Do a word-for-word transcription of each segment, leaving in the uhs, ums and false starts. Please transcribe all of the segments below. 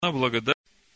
А благодать.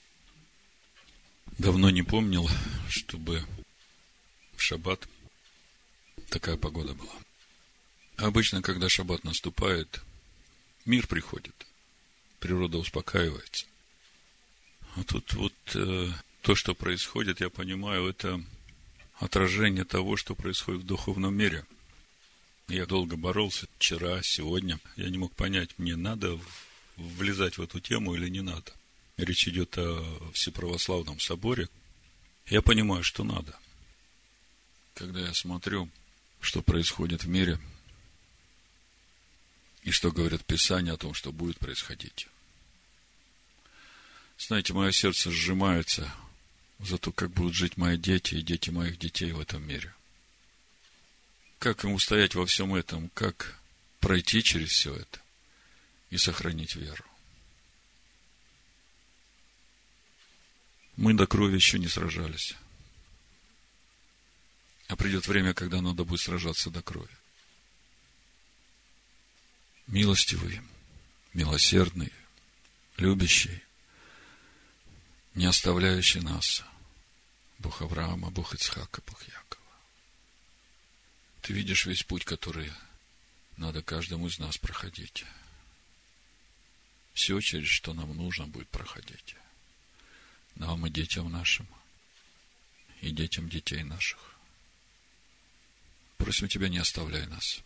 Давно не помнил, чтобы в шаббат такая погода была. Обычно, когда шаббат наступает, мир приходит, природа успокаивается. А тут вот э, то, что происходит, я понимаю, это отражение того, что происходит в духовном мире. Я долго боролся вчера, сегодня. Я не мог понять, мне надо влезать в эту тему или не надо. Речь идет о Всеправославном соборе. Я понимаю, что надо. Когда я смотрю, что происходит в мире, и что говорят Писания о том, что будет происходить. Знаете, мое сердце сжимается за то, как будут жить мои дети и дети моих детей в этом мире. Как им устоять во всем этом, как пройти через все это и сохранить веру. Мы до крови еще не сражались. А придет время, когда надо будет сражаться до крови. Милостивый, милосердный, любящий, не оставляющий нас, Бог Авраама, Бог Ицхака, Бог Якова. Ты видишь весь путь, который надо каждому из нас проходить. Все, через что нам нужно будет проходить. Нам и детям нашим, и детям детей наших. Просим Тебя, не оставляй нас.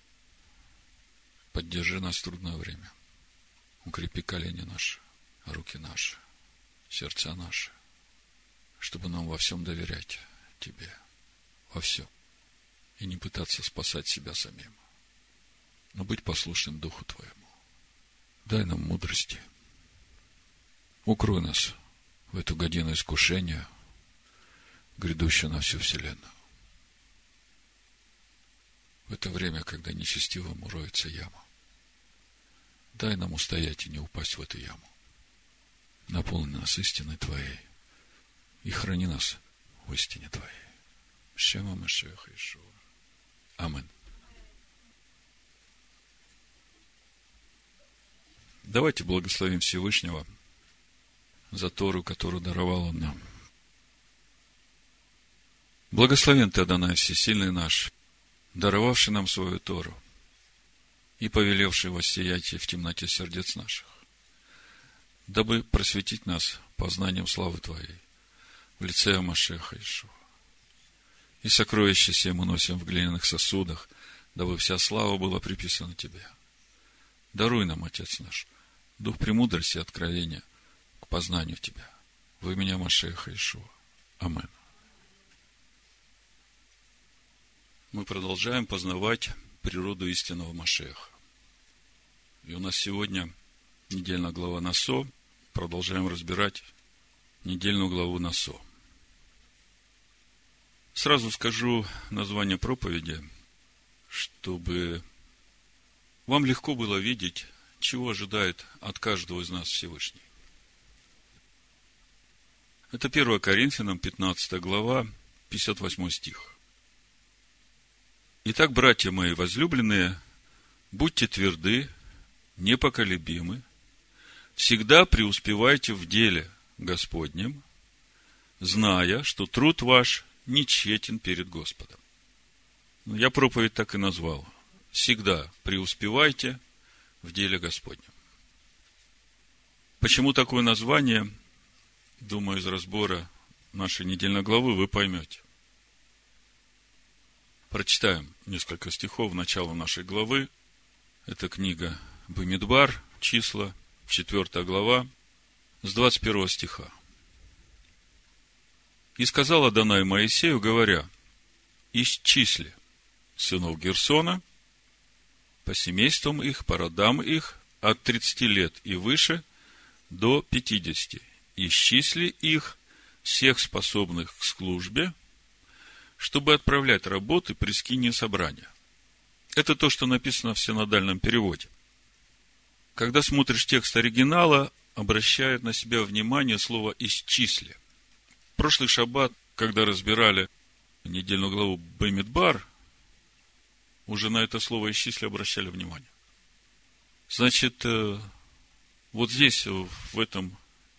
Поддержи нас в трудное время. Укрепи колени наши, руки наши, сердца наши, чтобы нам во всем доверять Тебе, во всем, и не пытаться спасать себя самим, но быть послушным Духу Твоему. Дай нам мудрости. Укрой нас в эту годину искушения, грядущую на всю вселенную. В это время, когда нечестивому роется яма. Дай нам устоять и не упасть в эту яму. Наполни нас истиной Твоей и храни нас в истине Твоей. Шема Машеха Иешуа. Амин. Давайте благословим Всевышнего за Тору, которую даровал Он нам. Благословен Ты, Адонай, всесильный наш, даровавший нам свою Тору и повелевший воссиять в темноте сердец наших, дабы просветить нас познанием славы Твоей в лице Машеха Иешуа. И сокровища сие мы носим в глиняных сосудах, дабы вся слава была приписана Тебе. Даруй нам, Отец наш, дух премудрости и откровения к познанию Тебя. Во имя Машеха Иешуа. Амин. Мы продолжаем познавать природу истинного Машеха. И у нас сегодня недельная глава Насо. Продолжаем разбирать недельную главу Насо. Сразу скажу название проповеди, чтобы вам легко было видеть, чего ожидает от каждого из нас Всевышний. Это первое Коринфянам, пятнадцатая глава, пятьдесят восьмой стих. Итак, братья мои возлюбленные, будьте тверды, непоколебимы, всегда преуспевайте в деле Господнем, зная, что труд ваш не тщетен перед Господом. Я проповедь так и назвал. Всегда преуспевайте в деле Господнем. Почему такое название? Думаю, из разбора нашей недельной главы вы поймете. Прочитаем несколько стихов начала нашей главы. Это книга Бамидбар, числа, четвёртая глава, с двадцать первого стиха. «И сказал Адонай Моисею, говоря, исчисли сынов Герсона по семействам их, по родам их, от тридцати лет и выше до пятидесяти. Исчисли их, всех способных к службе, чтобы отправлять работы при скинии собрания». Это то, что написано в синодальном переводе. Когда смотришь текст оригинала, обращает на себя внимание слово «исчисли». Прошлый шаббат, когда разбирали недельную главу Бамидбар, уже на это слово «исчисли» обращали внимание. Значит, вот здесь, в этом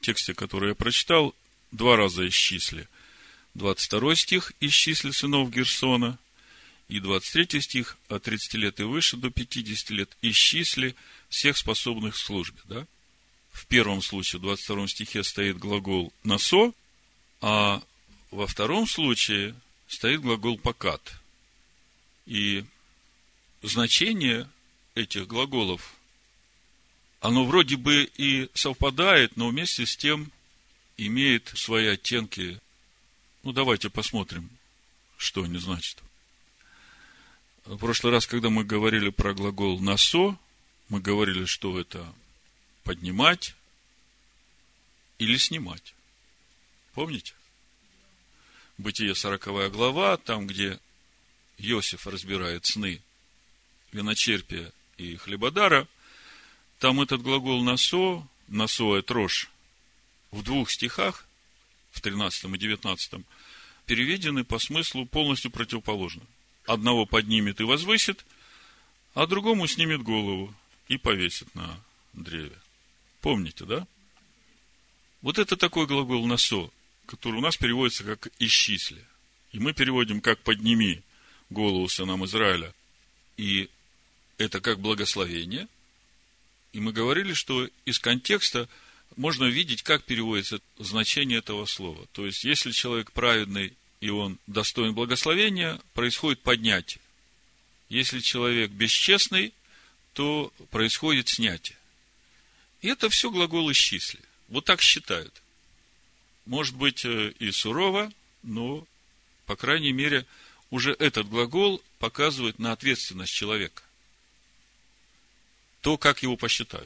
тексте, который я прочитал, два раза исчисли. двадцать второй стих исчисли сынов Герсона, и двадцать третий стих от тридцати лет и выше до пятидесяти лет исчисли всех способных к службе. Да? В первом случае, в двадцать втором стихе стоит глагол «насо», а во втором случае стоит глагол «покат». И значение этих глаголов, оно вроде бы и совпадает, но вместе с тем имеет свои оттенки. Ну, давайте посмотрим, что они значат. В прошлый раз, когда мы говорили про глагол «насо», мы говорили, что это поднимать или снимать. Помните? Бытие сороковая глава, там, где Иосиф разбирает сны виночерпия и хлебодара, там этот глагол «насо», «насо» — это рожь, в двух стихах, в тринадцатом и девятнадцатом, переведены по смыслу полностью противоположно. Одного поднимет и возвысит, а другому снимет голову и повесит на древе. Помните, да? Вот это такой глагол «насо», который у нас переводится как «исчисли». И мы переводим как «подними голову сынам Израиля». И это как благословение. И мы говорили, что из контекста можно видеть, как переводится значение этого слова. То есть, если человек праведный, и он достоин благословения, происходит поднятие. Если человек бесчестный, то происходит снятие. И это все глагол «исчисли». Вот так считают. Может быть, и сурово, но, по крайней мере, уже этот глагол показывает на ответственность человека. То, как его посчитают.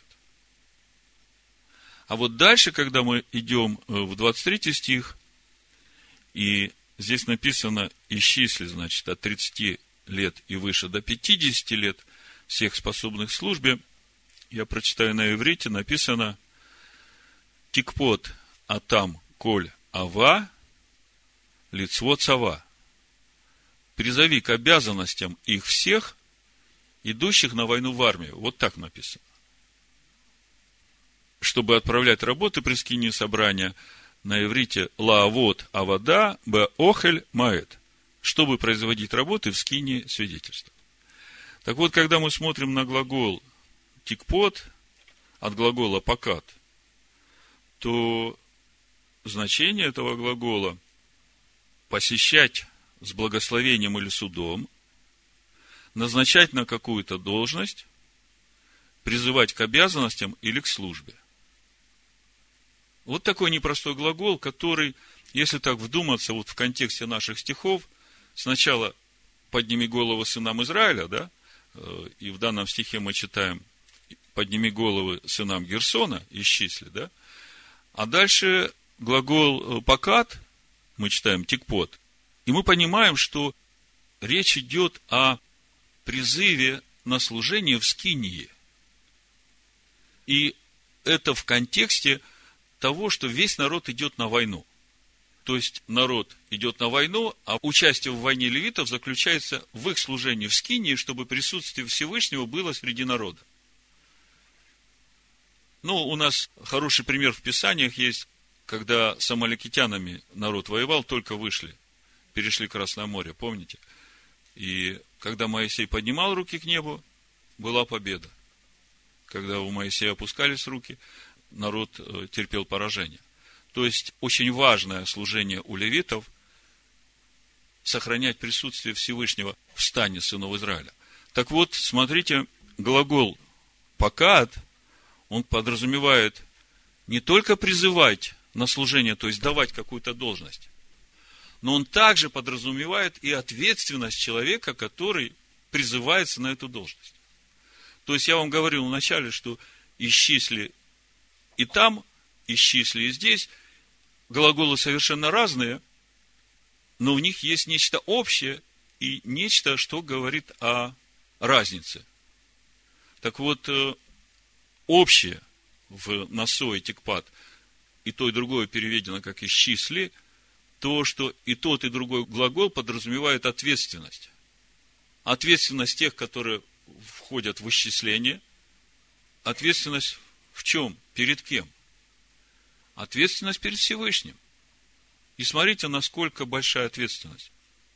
А вот дальше, когда мы идем в двадцать третий стих, и здесь написано «исчисли», значит, от тридцати лет и выше до пятидесяти лет всех способных к службе, я прочитаю на иврите, написано «тикпот атам коль ава лицвот сава». Призови к обязанностям их всех, идущих на войну в армию. Вот так написано. Чтобы отправлять работы при скинии собрания, на иврите лаавот авада бе охель маэт, чтобы производить работы в скинии свидетельства. Так вот, когда мы смотрим на глагол тикпот от глагола покат, то значение этого глагола посещать с благословением или судом, назначать на какую-то должность, призывать к обязанностям или к службе. Вот такой непростой глагол, который, если так вдуматься вот в контексте наших стихов, сначала «подними головы сынам Израиля», да, и в данном стихе мы читаем «подними головы сынам Герсона», исчисли, да, а дальше глагол «покат», мы читаем «тикпот», и мы понимаем, что речь идет о призыве на служение в скинии. И это в контексте того, что весь народ идет на войну. То есть, народ идет на войну, а участие в войне левитов заключается в их служении в скинии, чтобы присутствие Всевышнего было среди народа. Ну, у нас хороший пример в Писаниях есть, когда с амаликитянами народ воевал, только вышли, перешли Красное море, помните? И когда Моисей поднимал руки к небу, была победа. Когда у Моисея опускались руки, народ терпел поражение. То есть, очень важное служение у левитов – сохранять присутствие Всевышнего в стане сынов Израиля. Так вот, смотрите, глагол «покат», он подразумевает не только призывать на служение, то есть давать какую-то должность, но он также подразумевает и ответственность человека, который призывается на эту должность. То есть, я вам говорил вначале, что исчисли и там, исчисли и здесь, глаголы совершенно разные, но в них есть нечто общее и нечто, что говорит о разнице. Так вот, общее в насо и тикпат, и то, и другое переведено как исчисли, то, что и тот, и другой глагол подразумевает ответственность. Ответственность тех, которые входят в исчисление. Ответственность в чем? Перед кем? Ответственность перед Всевышним. И смотрите, насколько большая ответственность.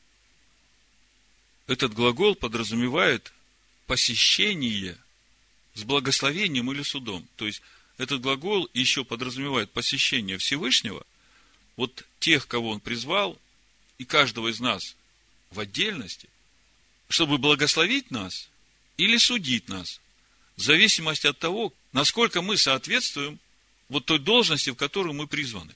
Этот глагол подразумевает посещение с благословением или судом. То есть, этот глагол еще подразумевает посещение Всевышнего, вот тех, кого он призвал, и каждого из нас в отдельности, чтобы благословить нас или судить нас, в зависимости от того, насколько мы соответствуем вот той должности, в которую мы призваны.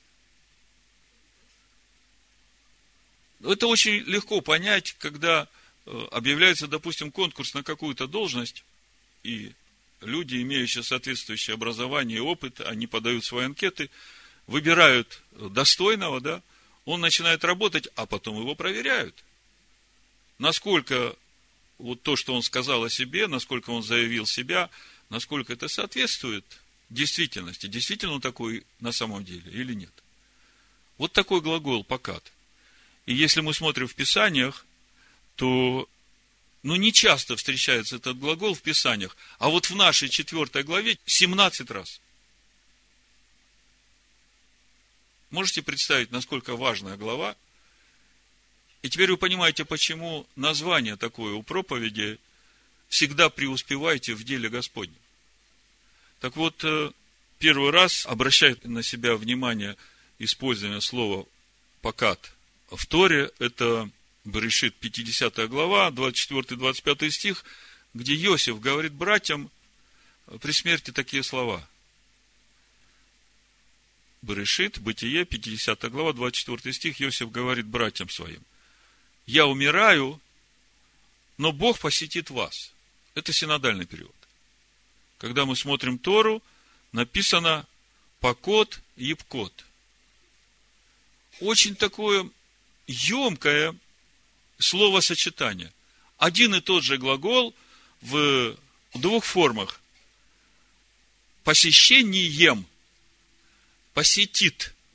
Это очень легко понять, когда объявляется, допустим, конкурс на какую-то должность, и люди, имеющие соответствующее образование и опыт, они подают свои анкеты, выбирают достойного, да, он начинает работать, а потом его проверяют. Насколько вот то, что он сказал о себе, насколько он заявил себя, насколько это соответствует действительности, действительно он такой на самом деле или нет. Вот такой глагол «покат». И если мы смотрим в Писаниях, то, ну, не часто встречается этот глагол в Писаниях, а вот в нашей четвертой главе семнадцать раз. Можете представить, насколько важная глава? И теперь вы понимаете, почему название такое у проповеди «Всегда преуспевайте в деле Господнем». Так вот, первый раз обращает на себя внимание использование слова «покат» в Торе, это Берешит, пятидесятая глава, двадцать четвёртый - двадцать пятый стих, где Иосиф говорит братьям при смерти такие слова. Берешит, Бытие, пятидесятая глава, двадцать четвёртый стих, Иосиф говорит братьям своим: «Я умираю, но Бог посетит вас». Это синодальный перевод. Когда мы смотрим Тору, написано «покот» и «епкот». Очень такое емкое словосочетание. Один и тот же глагол в двух формах. Посещением, посетит.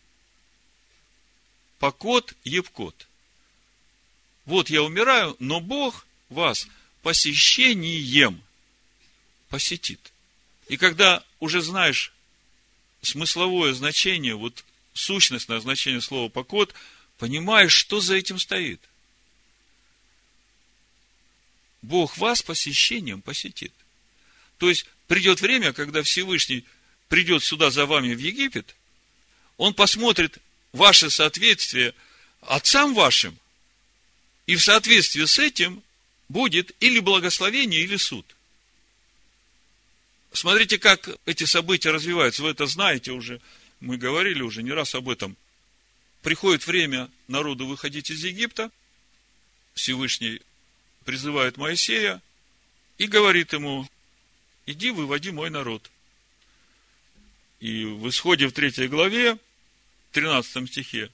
Покот, епкот. Вот я умираю, но Бог вас посещением посетит. И когда уже знаешь смысловое значение, вот сущностное значение слова «покот», понимаешь, что за этим стоит. Бог вас посещением посетит. То есть, придет время, когда Всевышний придет сюда за вами в Египет, Он посмотрит ваше соответствие отцам вашим, и в соответствии с этим будет или благословение, или суд. Смотрите, как эти события развиваются. Вы это знаете уже, мы говорили уже не раз об этом. Приходит время народу выходить из Египта, Всевышний призывает Моисея и говорит ему: иди, выводи мой народ. И в Исходе в третьей главе, тринадцатом стихе,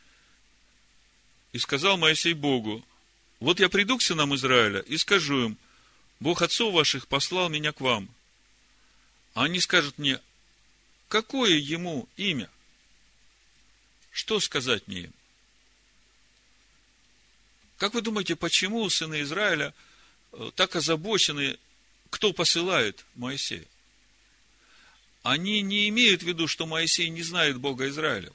и сказал Моисей Богу: вот я приду к сынам Израиля и скажу им: Бог отцов ваших послал меня к вам. А они скажут мне: какое ему имя? Что сказать мне им? Как вы думаете, почему сыны Израиля так озабочены, кто посылает Моисея? Они не имеют в виду, что Моисей не знает Бога Израилева.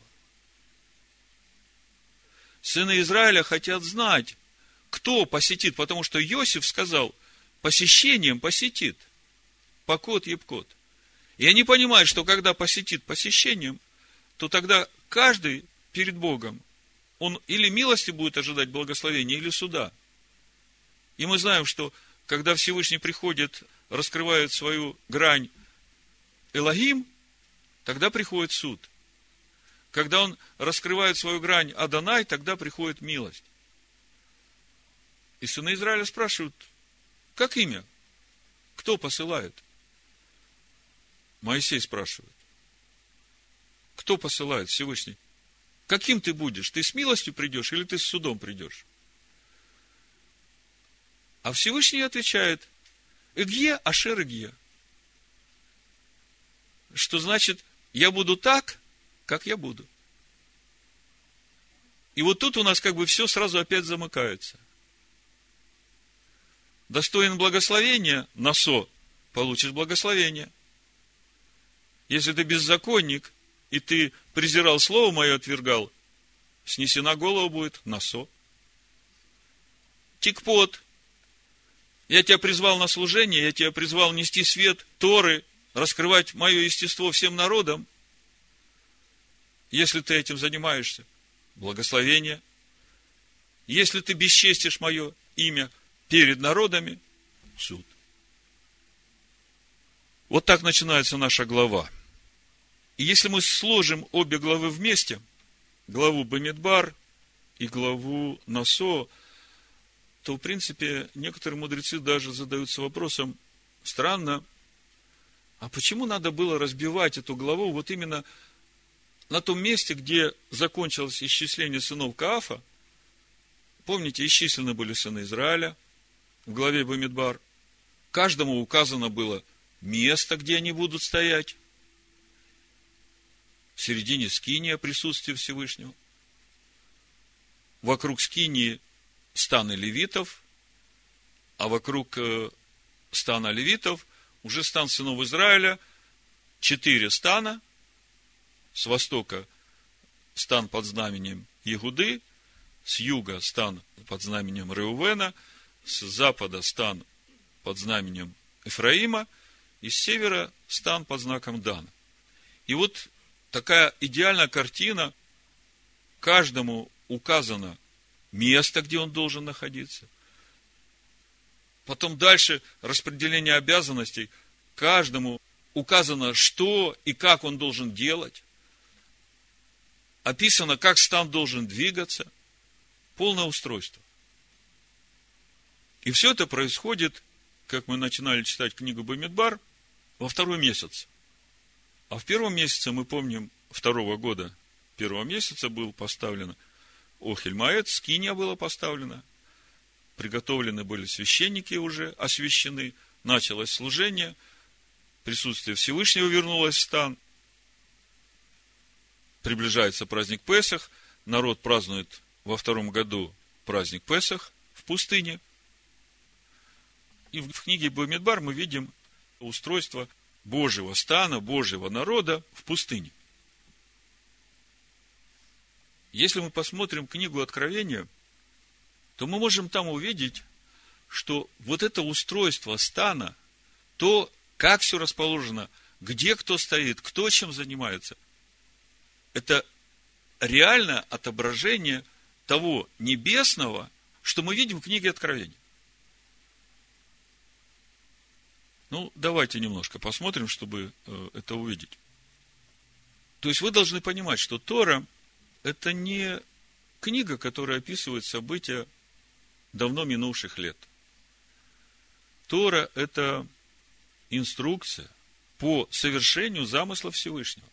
Сыны Израиля хотят знать, кто посетит, потому что Иосиф сказал: посещением посетит. Покот, епкот. И они понимают, что когда посетит посещением, то тогда каждый перед Богом, он или милости будет ожидать благословения, или суда. И мы знаем, что когда Всевышний приходит, раскрывает свою грань Элохим, тогда приходит суд. Когда он раскрывает свою грань Адонай, тогда приходит милость. И сыны Израиля спрашивают: как имя? Кто посылает? Моисей спрашивает: кто посылает? Всевышний. Каким ты будешь? Ты с милостью придешь или ты с судом придешь? А Всевышний отвечает: Эгье ашер Эгье. Что значит, я буду так, как я буду. И вот тут у нас как бы все сразу опять замыкается. Достоин благословения, насо, получишь благословение. Если ты беззаконник, и ты презирал слово мое, отвергал, снесена голова будет насо. Тикпот. Я тебя призвал на служение, я тебя призвал нести свет Торы, раскрывать мое естество всем народам. Если ты этим занимаешься, благословение. Если ты бесчестишь мое имя перед народами, суд. Вот так начинается наша глава. И если мы сложим обе главы вместе, главу Бамидбар и главу Насо, то, в принципе, некоторые мудрецы даже задаются вопросом, странно, а почему надо было разбивать эту главу вот именно на том месте, где закончилось исчисление сынов Каафа? Помните, исчислены были сыны Израиля в главе Бамидбар. Каждому указано было место, где они будут стоять. В середине скиния присутствие Всевышнего. Вокруг скинии станы левитов, а вокруг стана левитов уже стан сынов Израиля, четыре стана. С востока стан под знаменем Егуды, с юга стан под знаменем Реувена, с запада стан под знаменем Ефраима, и с севера стан под знаком Дана. И вот такая идеальная картина. Каждому указано место, где он должен находиться. Потом дальше распределение обязанностей. Каждому указано, что и как он должен делать. Описано, как стан должен двигаться. Полное устройство. И все это происходит, как мы начинали читать книгу Бамидбар, во второй месяц. А в первом месяце, мы помним, второго года первого месяца был поставлен Охель Моэд, скиния была поставлена, приготовлены были священники уже, освящены, началось служение, присутствие Всевышнего вернулось в стан, приближается праздник Песах, народ празднует во втором году праздник Песах в пустыне. И в книге Бамидбар мы видим устройство Божьего стана, Божьего народа в пустыне. Если мы посмотрим книгу Откровения, то мы можем там увидеть, что вот это устройство стана, то, как все расположено, где кто стоит, кто чем занимается, это реальное отображение того небесного, что мы видим в книге Откровения. Ну, давайте немножко посмотрим, чтобы это увидеть. То есть, вы должны понимать, что Тора – это не книга, которая описывает события давно минувших лет. Тора – это инструкция по совершению замысла Всевышнего.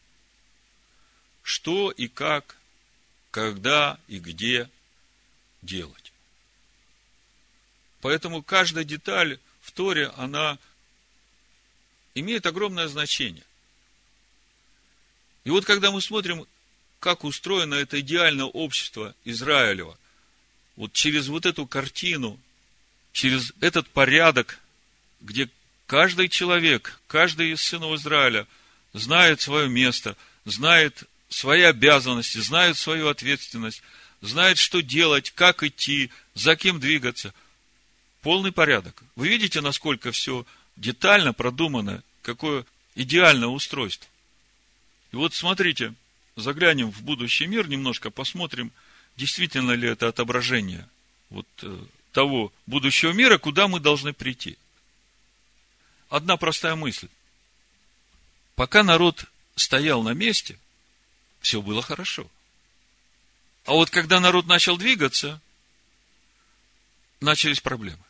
Что и как, когда и где делать. Поэтому каждая деталь в Торе, она имеет огромное значение. И вот когда мы смотрим, как устроено это идеальное общество Израилева, вот через вот эту картину, через этот порядок, где каждый человек, каждый из сынов Израиля знает свое место, знает свои обязанности, знает свою ответственность, знает, что делать, как идти, за кем двигаться. Полный порядок. Вы видите, насколько все детально продумано, какое идеальное устройство. И вот смотрите, заглянем в будущий мир, немножко посмотрим, действительно ли это отображение вот того будущего мира, куда мы должны прийти. Одна простая мысль. Пока народ стоял на месте, все было хорошо. А вот когда народ начал двигаться, начались проблемы.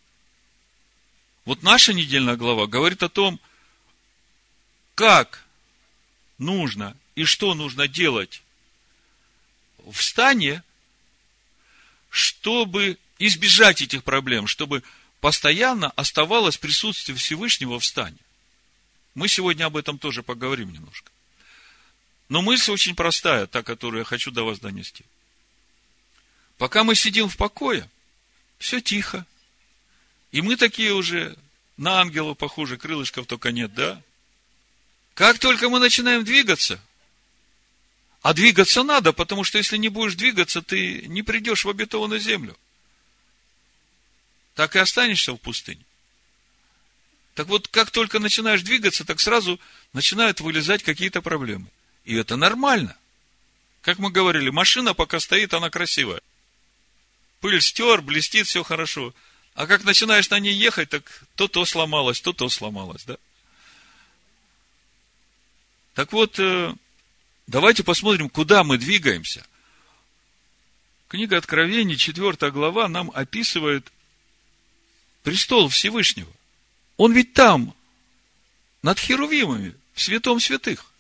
Вот наша недельная глава говорит о том, как нужно и что нужно делать в стане, чтобы избежать этих проблем, чтобы постоянно оставалось присутствие Всевышнего в стане. Мы сегодня об этом тоже поговорим немножко. Но мысль очень простая, та, которую я хочу до вас донести. Пока мы сидим в покое, все тихо. И мы такие уже на ангелов похожи, крылышков только нет, да? Как только мы начинаем двигаться, А двигаться надо, потому что если не будешь двигаться, ты не придешь в обетованную землю. Так и останешься в пустыне. Так вот, как только начинаешь двигаться, так сразу начинают вылезать какие-то проблемы. И это нормально. Как мы говорили, машина пока стоит, она красивая. Пыль стер, блестит, все хорошо. А как начинаешь на ней ехать, так то то сломалось, то то сломалось, да? Так вот, давайте посмотрим, куда мы двигаемся. Книга Откровений, четвёртая глава, нам описывает престол Всевышнего. Он ведь там, над херувимами, в святом святых.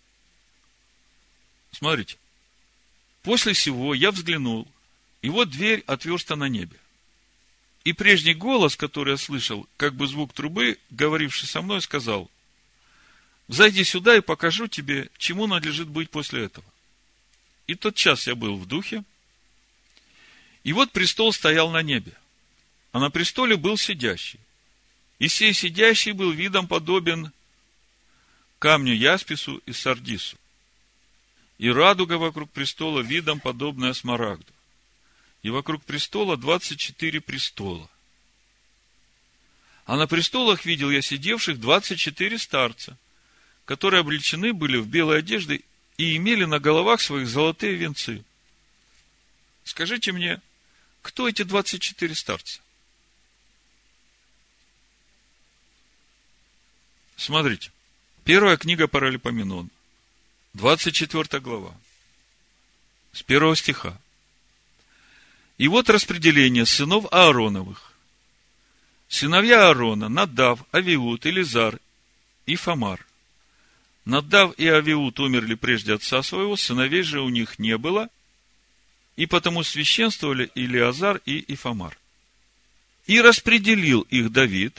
Смотрите. После сего я взглянул, и вот дверь отверста на небе. И прежний голос, который я слышал, как бы звук трубы, говоривший со мной, сказал: «Взойди сюда и покажу тебе, чему надлежит быть после этого». И тот час я был в духе, и вот престол стоял на небе, а на престоле был сидящий. И сей сидящий был видом подобен камню яспису и сардису. И радуга вокруг престола видом подобная смарагду. И вокруг престола двадцать четыре престола. А на престолах видел я сидевших двадцать четыре старца, которые облечены были в белые одежды и имели на головах своих золотые венцы. Скажите мне, кто эти двадцать четыре старца? Смотрите. Первая книга Паралипоменон. двадцать четвёртая глава. С первого стиха. И вот распределение сынов Аароновых. Сыновья Аарона: Надав, Авиуд, Элизар и Фамар. Надав и Авиуд умерли прежде отца своего, сыновей же у них не было, и потому священствовали Илиазар и Ифамар. И распределил их Давид,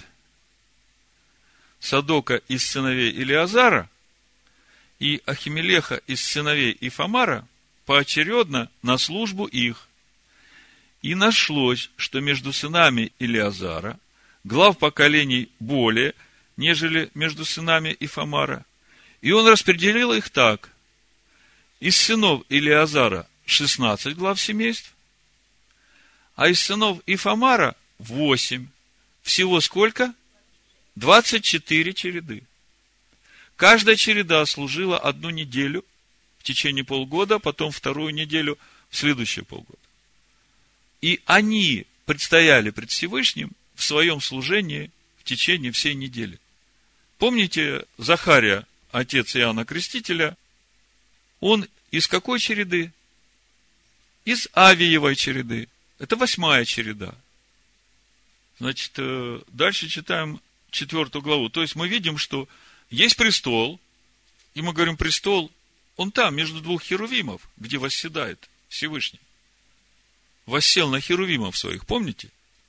Садока из сыновей Илиазара и Ахимелеха из сыновей Ифамара поочередно на службу их. И нашлось, что между сынами Илиазара глав поколений более, нежели между сынами Ифамара. И он распределил их так: из сынов Илиазара шестнадцать глав семейств, а из сынов Ифамара восемь. Всего сколько? двадцать четыре череды. Каждая череда служила одну неделю в течение полгода, потом вторую неделю в следующие полгода. И они предстояли пред Всевышним в своем служении в течение всей недели. Помните, Захария, отец Иоанна Крестителя, он из какой череды? Из Авиевой череды. Это восьмая череда. Значит, дальше читаем четвертую главу. То есть мы видим, что есть престол, и мы говорим, престол, он там, между двух херувимов, где восседает Всевышний. Воссел на херувимов своих, помните?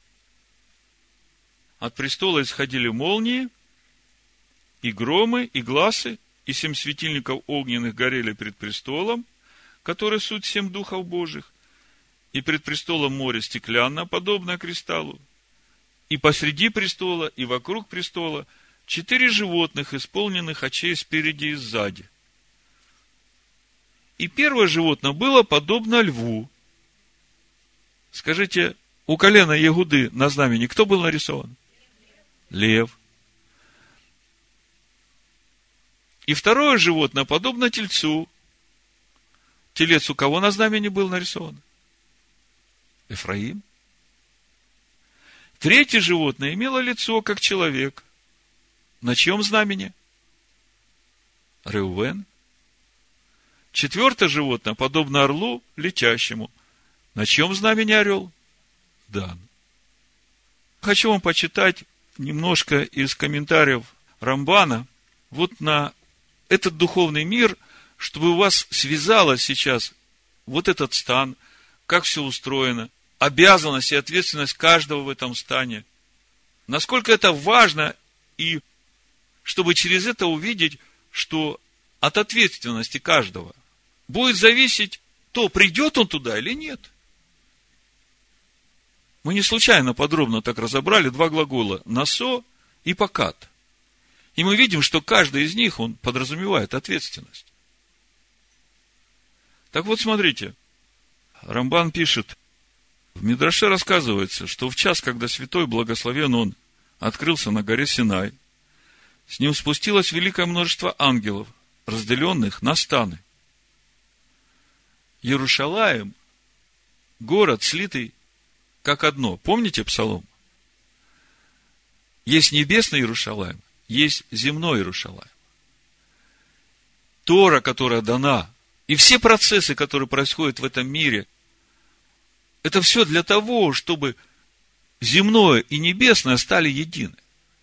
От престола исходили молнии, и громы, и гласы, и семь светильников огненных горели пред престолом, который суть семь духов Божьих, и пред престолом море стеклянное, подобное кристаллу, и посреди престола, и вокруг престола четыре животных, исполненных очей спереди и сзади. И первое животное было подобно льву. Скажите, у колена Егуды на знамени кто был нарисован? Лев. И второе животное подобно тельцу. Телец у кого на знамени был нарисован? Эфраим. Третье животное имело лицо, как человек. На чьем знамени? Реувен. Четвертое животное подобно орлу летящему. На чьем знамени орел? Дан. Хочу вам почитать немножко из комментариев Рамбана вот на этот духовный мир, чтобы у вас связалось сейчас вот этот стан, как все устроено, обязанность и ответственность каждого в этом стане. Насколько это важно, и чтобы через это увидеть, что от ответственности каждого будет зависеть то, придет он туда или нет. Мы не случайно подробно так разобрали два глагола «насо» и «покат». И мы видим, что каждый из них, он подразумевает ответственность. Так вот, смотрите, Рамбан пишет, в Мидраше рассказывается, что в час, когда святой благословен он открылся на горе Синай, с ним спустилось великое множество ангелов, разделенных на станы. Иерушалаим – город, слитый как одно. Помните Псалом? Есть небесный Иерушалаим, есть земной Иерушалаим. Тора, которая дана, и все процессы, которые происходят в этом мире, это все для того, чтобы земное и небесное стали едины.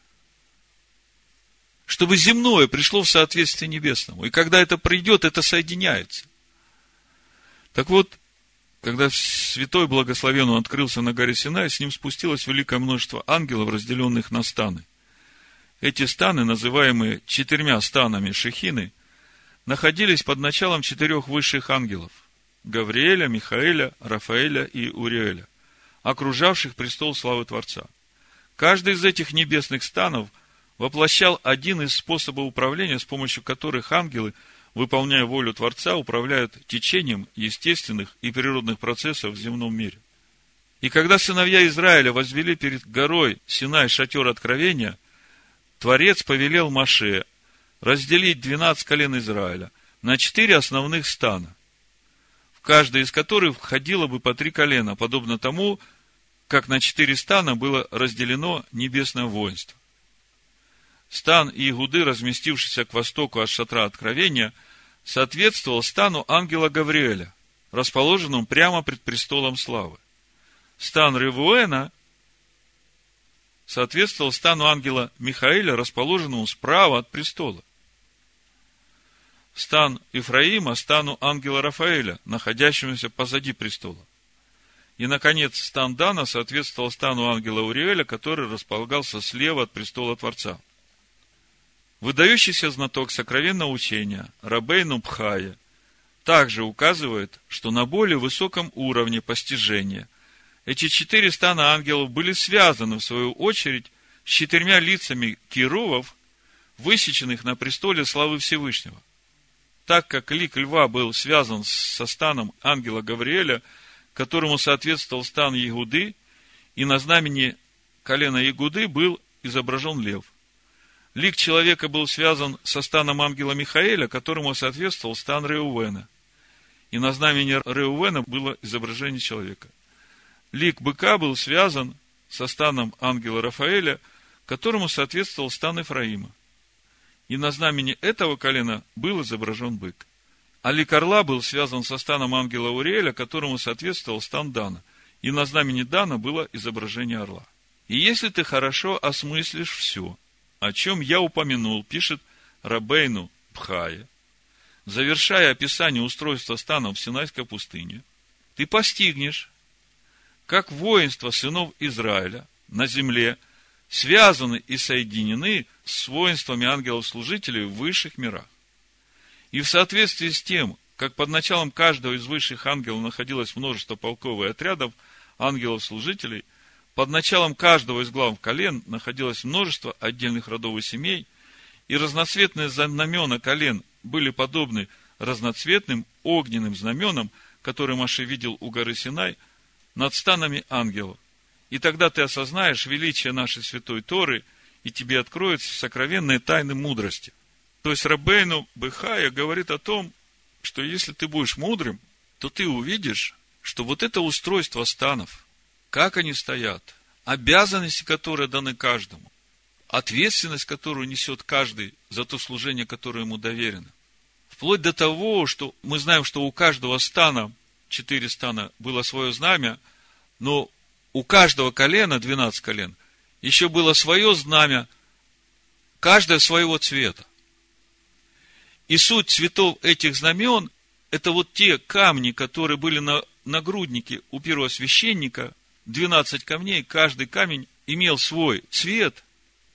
Чтобы земное пришло в соответствие небесному. И когда это придет, это соединяется. Так вот, когда святой благословен он открылся на горе Синай, с ним спустилось великое множество ангелов, разделенных на станы. Эти станы, называемые четырьмя станами Шехины, находились под началом четырех высших ангелов – Гавриэля, Михаэля, Рафаэля и Уриэля, окружавших престол славы Творца. Каждый из этих небесных станов воплощал один из способов управления, с помощью которых ангелы, выполняя волю Творца, управляют течением естественных и природных процессов в земном мире. И когда сыновья Израиля возвели перед горой Синай шатер откровения, Творец повелел Моше разделить двенадцать колен Израиля на четыре основных стана, в каждый из которых входило бы по три колена, подобно тому, как на четыре стана было разделено небесное воинство. Стан Иегуды, разместившийся к востоку от шатра откровения, соответствовал стану ангела Гавриэля, расположенному прямо пред престолом славы. Стан Ревуэна соответствовал стану ангела Михаэля, расположенному справа от престола. Стан Ифраима – стану ангела Рафаэля, находящемуся позади престола. И, наконец, стан Дана соответствовал стану ангела Уриэля, который располагался слева от престола Творца. Выдающийся знаток сокровенного учения Рабейну Бхая также указывает, что на более высоком уровне постижения эти четыре стана ангелов были связаны, в свою очередь, с четырьмя лицами керувов, высеченных на престоле славы Всевышнего. Так как лик льва был связан со станом ангела Гавриэля, которому соответствовал стан Иегуды, и на знамени колена Иегуды был изображен лев. Лик человека был связан со станом ангела Михаэля, которому соответствовал стан Реувена, и на знамени Реувена было изображение человека. Лик быка был связан со станом ангела Рафаэля, которому соответствовал стан Ифраима. И на знамени этого колена был изображен бык. А лик орла был связан со станом ангела Уриэля, которому соответствовал стан Дана. И на знамени Дана было изображение орла. И если ты хорошо осмыслишь все, о чем я упомянул, пишет Рабейну Бхая, завершая описание устройства станов в Синайской пустыне, ты постигнешь, как воинство сынов Израиля на земле связаны и соединены с воинствами ангелов-служителей в высших мирах. И в соответствии с тем, как под началом каждого из высших ангелов находилось множество полков и отрядов ангелов-служителей, под началом каждого из глав колен находилось множество отдельных родов и семей, и разноцветные знамена колен были подобны разноцветным огненным знаменам, которые Моше видел у горы Синай над станами ангелов. И тогда ты осознаешь величие нашей святой Торы, и тебе откроются сокровенные тайны мудрости. То есть Рабейну Бхая говорит о том, что если ты будешь мудрым, то ты увидишь, что вот это устройство станов, как они стоят, обязанности, которые даны каждому, ответственность, которую несет каждый за то служение, которое ему доверено. Вплоть до того, что мы знаем, что у каждого стана, четыре стана, было свое знамя, но у каждого колена, двенадцать колен, еще было свое знамя, каждое своего цвета. И суть цветов этих знамен, это вот те камни, которые были на нагруднике у первого священника, двенадцать камней, каждый камень имел свой цвет.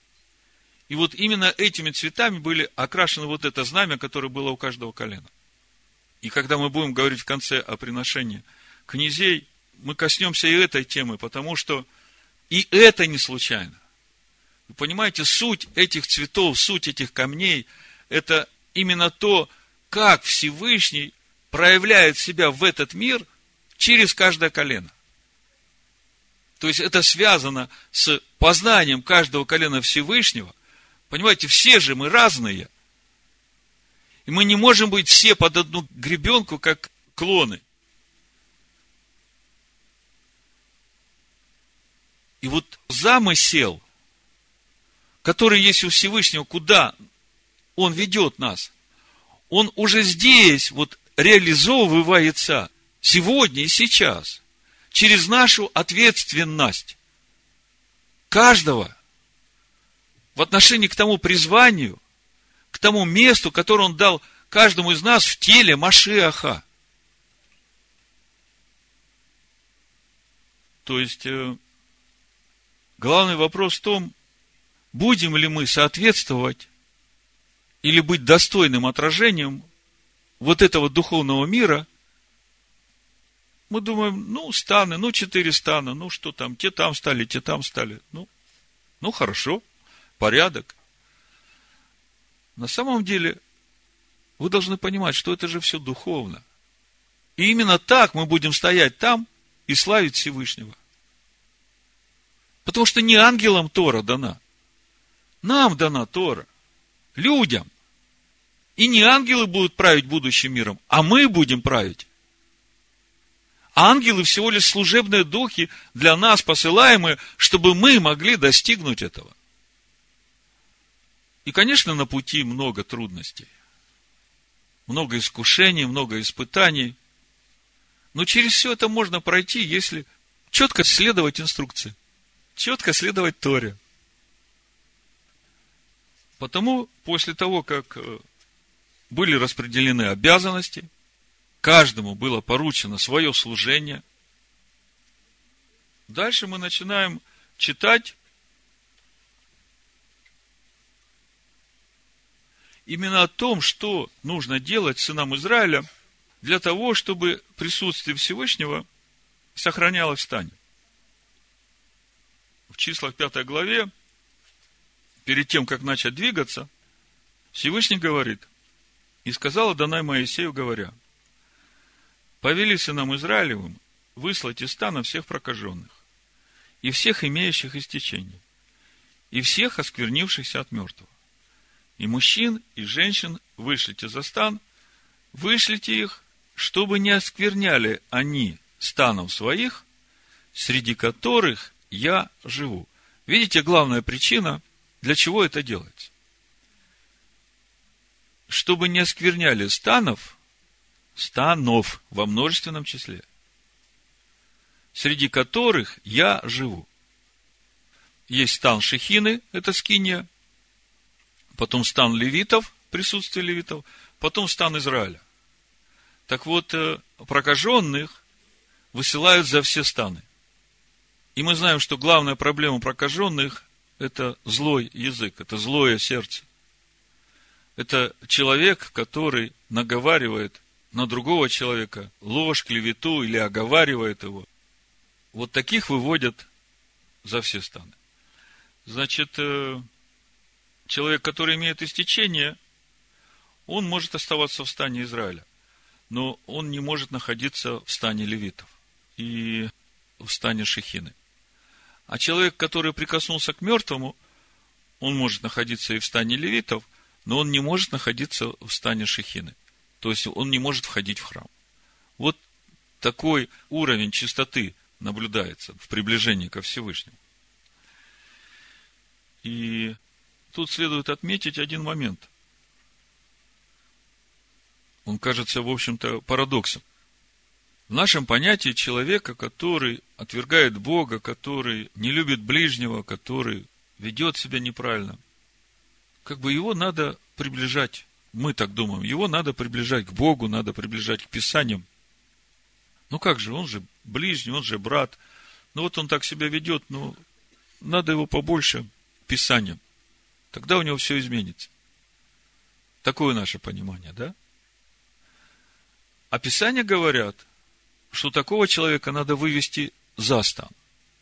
И вот именно этими цветами были окрашены вот это знамя, которое было у каждого колена. И когда мы будем говорить в конце о приношении князей, мы коснемся и этой темы, потому что и это не случайно. Вы понимаете, суть этих цветов, суть этих камней, это именно то, как Всевышний проявляет себя в этот мир через каждое колено. То есть это связано с познанием каждого колена Всевышнего. Понимаете, все же мы разные. И мы не можем быть все под одну гребенку, как клоны. И вот замысел, который есть у Всевышнего, куда Он ведет нас, он уже здесь вот реализовывается сегодня и сейчас, через нашу ответственность каждого в отношении к тому призванию, к тому месту, которое Он дал каждому из нас в теле Машиаха. То есть, главный вопрос в том, будем ли мы соответствовать или быть достойным отражением вот этого духовного мира. Мы думаем, ну, станы, ну, четыре стана, ну, что там, те там стали, те там стали. Ну, ну, хорошо, порядок. На самом деле, вы должны понимать, что это же все духовно. И именно так мы будем стоять там и славить Всевышнего. Потому что не ангелам Тора дана. Нам дана Тора. Людям. И не ангелы будут править будущим миром, а мы будем править. А ангелы всего лишь служебные духи для нас посылаемые, чтобы мы могли достигнуть этого. И, конечно, на пути много трудностей. Много искушений, много испытаний. Но через все это можно пройти, если четко следовать инструкции. Четко следовать Торе. Потому, после того, как были распределены обязанности, каждому было поручено свое служение, дальше мы начинаем читать именно о том, что нужно делать сынам Израиля для того, чтобы присутствие Всевышнего сохранялось в стане. В числах пятой главе, перед тем, как начать двигаться, Всевышний говорит: «И сказал Адонай Моисею, говоря: повели сынам Израилевым выслать из стана всех прокаженных, и всех имеющих истечение, и всех осквернившихся от мертвого. И мужчин, и женщин вышлите за стан, вышлите их, чтобы не оскверняли они станов своих, среди которых я живу». Видите, главная причина, для чего это делается. Чтобы не оскверняли станов, станов во множественном числе, среди которых я живу. Есть стан Шехины, это скиния, потом стан левитов, присутствие левитов, потом стан Израиля. Так вот, прокаженных высылают за все станы. И мы знаем, что главная проблема прокаженных – это злой язык, это злое сердце. Это человек, который наговаривает на другого человека ложь, клевету или оговаривает его. Вот таких выводят за все станы. Значит, человек, который имеет истечение, он может оставаться в стане Израиля, но он не может находиться в стане левитов и в стане Шехины. А человек, который прикоснулся к мертвому, он может находиться и в стане левитов, но он не может находиться в стане Шехины. То есть он не может входить в храм. Вот такой уровень чистоты наблюдается в приближении ко Всевышнему. И тут следует отметить один момент. Он кажется, в общем-то, парадоксом. В нашем понятии человека, который отвергает Бога, который не любит ближнего, который ведет себя неправильно, как бы его надо приближать. Мы так думаем. Его надо приближать к Богу, надо приближать к Писаниям. Ну как же, он же ближний, он же брат. Ну вот он так себя ведет, ну надо его побольше Писаниям. Тогда у него все изменится. Такое наше понимание, да? А Писания говорят, что такого человека надо вывести за стан.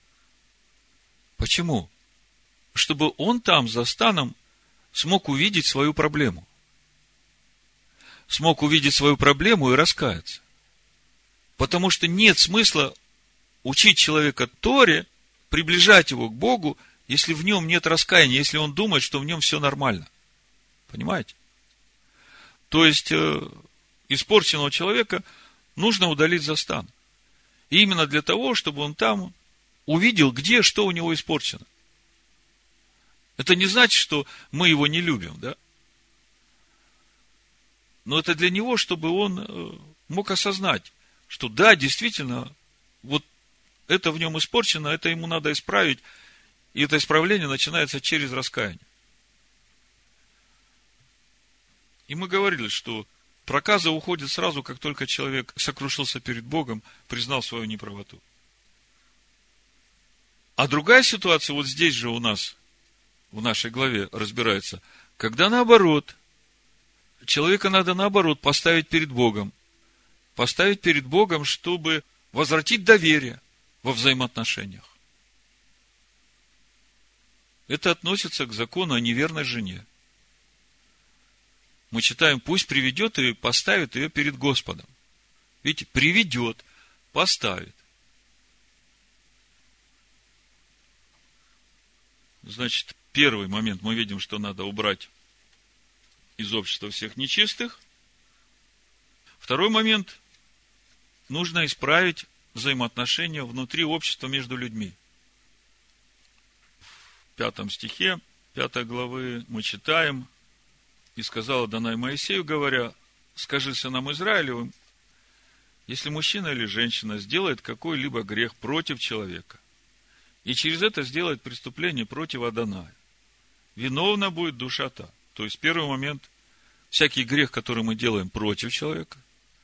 Почему? Чтобы он там, за станом, смог увидеть свою проблему. смог увидеть свою проблему и раскаяться. Потому что нет смысла учить человека Торе, приближать его к Богу, если в нем нет раскаяния, если он думает, что в нем все нормально. Понимаете? То есть, э, испорченного человека нужно удалить застан. И именно для того, чтобы он там увидел, где, что у него испорчено. Это не значит, что мы его не любим, да? Но это для него, чтобы он мог осознать, что да, действительно, вот это в нем испорчено, это ему надо исправить, и это исправление начинается через раскаяние. И мы говорили, что проказа уходит сразу, как только человек сокрушился перед Богом, признал свою неправоту. А другая ситуация, вот здесь же у нас, в нашей главе разбирается, когда наоборот, человека надо наоборот поставить перед Богом. Поставить перед Богом, чтобы возвратить доверие во взаимоотношениях. Это относится к закону о неверной жене. Мы читаем, пусть приведет и поставит ее перед Господом. Видите, приведет, поставит. Значит, первый момент мы видим, что надо убрать из общества всех нечистых. Второй момент, нужно исправить взаимоотношения внутри общества между людьми. В пятом стихе пятой главы мы читаем: «И сказал Адонай Моисею, говоря, скажи сынам Израилевым, если мужчина или женщина сделает какой-либо грех против человека, и через это сделает преступление против Адоная, виновна будет душа та». То есть, первый момент, всякий грех, который мы делаем против человека,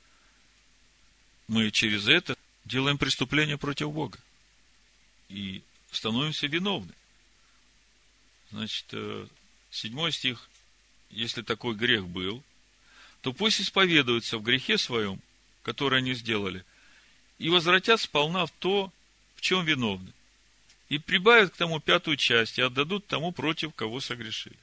мы через это делаем преступление против Бога. И становимся виновны. Значит, седьмой стих. Если такой грех был, то пусть исповедуются в грехе своем, который они сделали, и возвратят сполна в то, в чем виновны, и прибавят к тому пятую часть, и отдадут тому, против кого согрешили.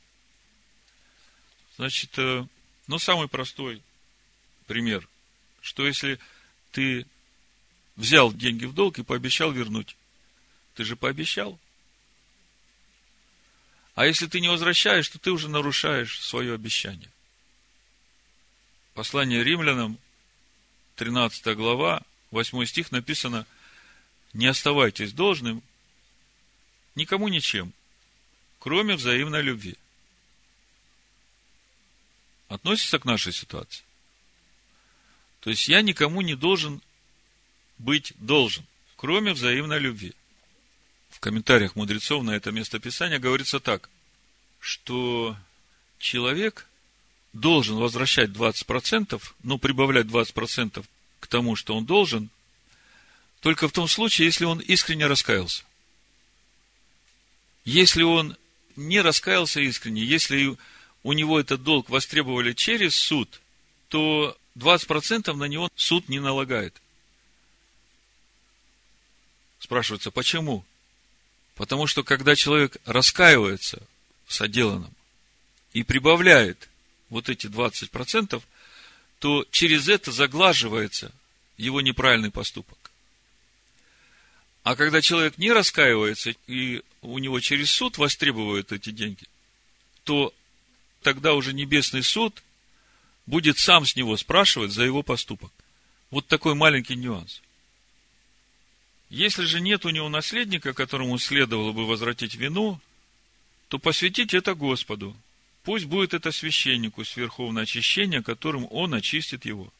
Значит, ну, самый простой пример, что если ты взял деньги в долг и пообещал вернуть, ты же пообещал. А если ты не возвращаешь, то ты уже нарушаешь свое обещание. Послание римлянам, тринадцатая глава, восьмой стих написано: не оставайтесь должным никому ничем, кроме взаимной любви. Относится к нашей ситуации. То есть я никому не должен быть должен, кроме взаимной любви. В комментариях мудрецов на это местописание говорится так, что человек должен возвращать двадцать процентов, но прибавлять двадцать процентов к тому, что он должен, только в том случае, если он искренне раскаялся. Если он не раскаялся искренне, если у него этот долг востребовали через суд, то двадцать процентов на него суд не налагает. Спрашивается, почему? Потому что, когда человек раскаивается в соделанном и прибавляет вот эти двадцать процентов, то через это заглаживается его неправильный поступок. А когда человек не раскаивается, и у него через суд востребуют эти деньги, то тогда уже небесный суд будет сам с него спрашивать за его поступок. Вот такой маленький нюанс. Если же нет у него наследника, которому следовало бы возвратить вину, то посвятить это Господу. Пусть будет это священнику с верховного очищения, которым он очистит его.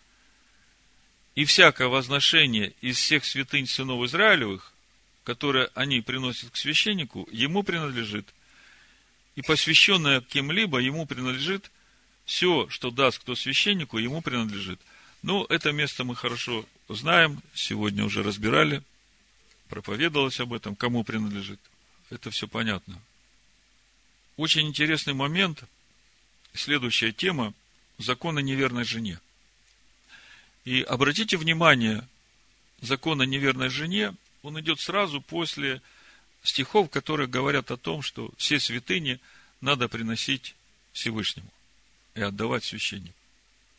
И всякое возношение из всех святынь сынов Израилевых, которые они приносят к священнику, ему принадлежит. И посвященное кем-либо ему принадлежит, все, что даст кто священнику, ему принадлежит. Ну, это место мы хорошо знаем, сегодня уже разбирали, проповедовалось об этом, кому принадлежит. Это все понятно. Очень интересный момент, следующая тема, закон о неверной жене. И обратите внимание, закон о неверной жене, он идет сразу после стихов, которые говорят о том, что все святыни надо приносить Всевышнему и отдавать священнику.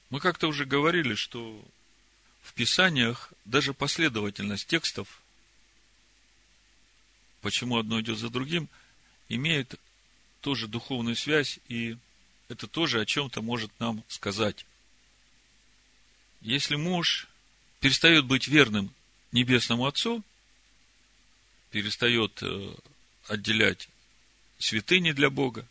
Мы как-то уже говорили, что в Писаниях даже последовательность текстов, почему одно идет за другим, имеет тоже духовную связь, и это тоже о чем-то может нам сказать. Если муж перестает быть верным Небесному Отцу, перестает отделять святыни для Бога,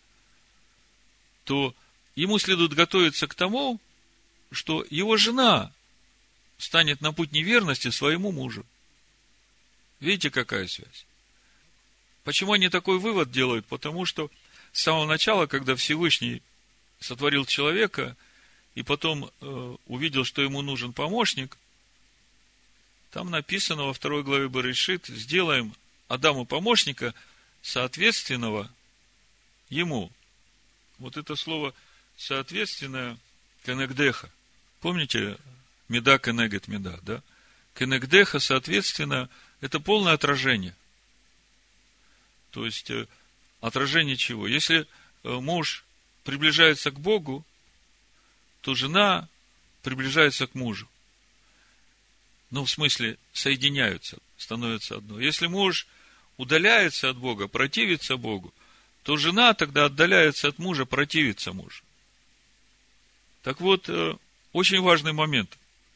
то ему следует готовиться к тому, что его жена станет на путь неверности своему мужу. Видите, какая связь? Почему они такой вывод делают? Потому что с самого начала, когда Всевышний сотворил человека, и потом э, увидел, что ему нужен помощник, там написано во второй главе Берешит: сделаем Адаму помощника, соответственного ему. Вот это слово соответственное кенегдеха. Помните, меда кенегет меда, да? Кенегдеха, соответственно, это полное отражение. То есть, отражение чего? Если муж приближается к Богу, то жена приближается к мужу. Ну, в смысле, соединяются, становятся одно. Если муж удаляется от Бога, противится Богу, то жена тогда отдаляется от мужа, противится мужу. Так вот, очень важный момент.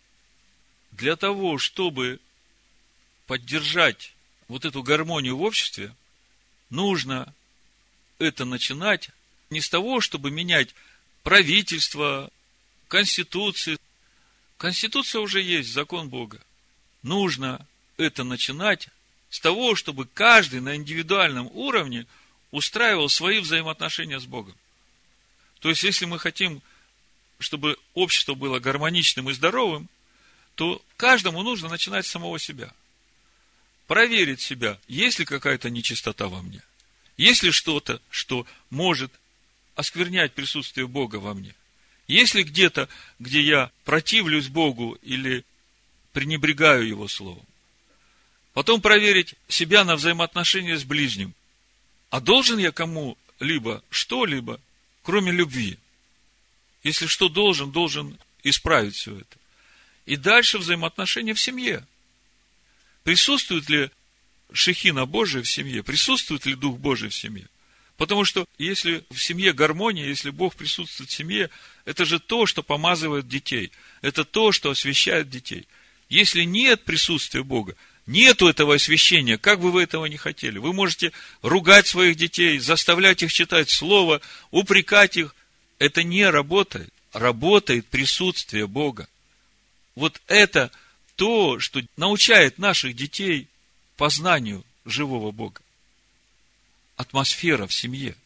Для того, чтобы поддержать вот эту гармонию в обществе, нужно это начинать не с того, чтобы менять правительство, конституции. Конституция уже есть, закон Бога. Нужно это начинать с того, чтобы каждый на индивидуальном уровне устраивал свои взаимоотношения с Богом. То есть, если мы хотим, чтобы общество было гармоничным и здоровым, то каждому нужно начинать с самого себя. Проверить себя, есть ли какая-то нечистота во мне, есть ли что-то, что может осквернять присутствие Бога во мне, есть ли где-то, где я противлюсь Богу или пренебрегаю Его Словом. Потом проверить себя на взаимоотношения с ближним. А должен я кому-либо что-либо, кроме любви? Если что должен, должен исправить все это. И дальше взаимоотношения в семье. Присутствует ли шехина Божия в семье? Присутствует ли Дух Божий в семье? Потому что если в семье гармония, если Бог присутствует в семье, это же то, что помазывает детей. Это то, что освящает детей. Если нет присутствия Бога, нету этого освящения, как бы вы этого не хотели. Вы можете ругать своих детей, заставлять их читать Слово, упрекать их. Это не работает. Работает присутствие Бога. Вот это то, что научает наших детей познанию живого Бога. Атмосфера в семье.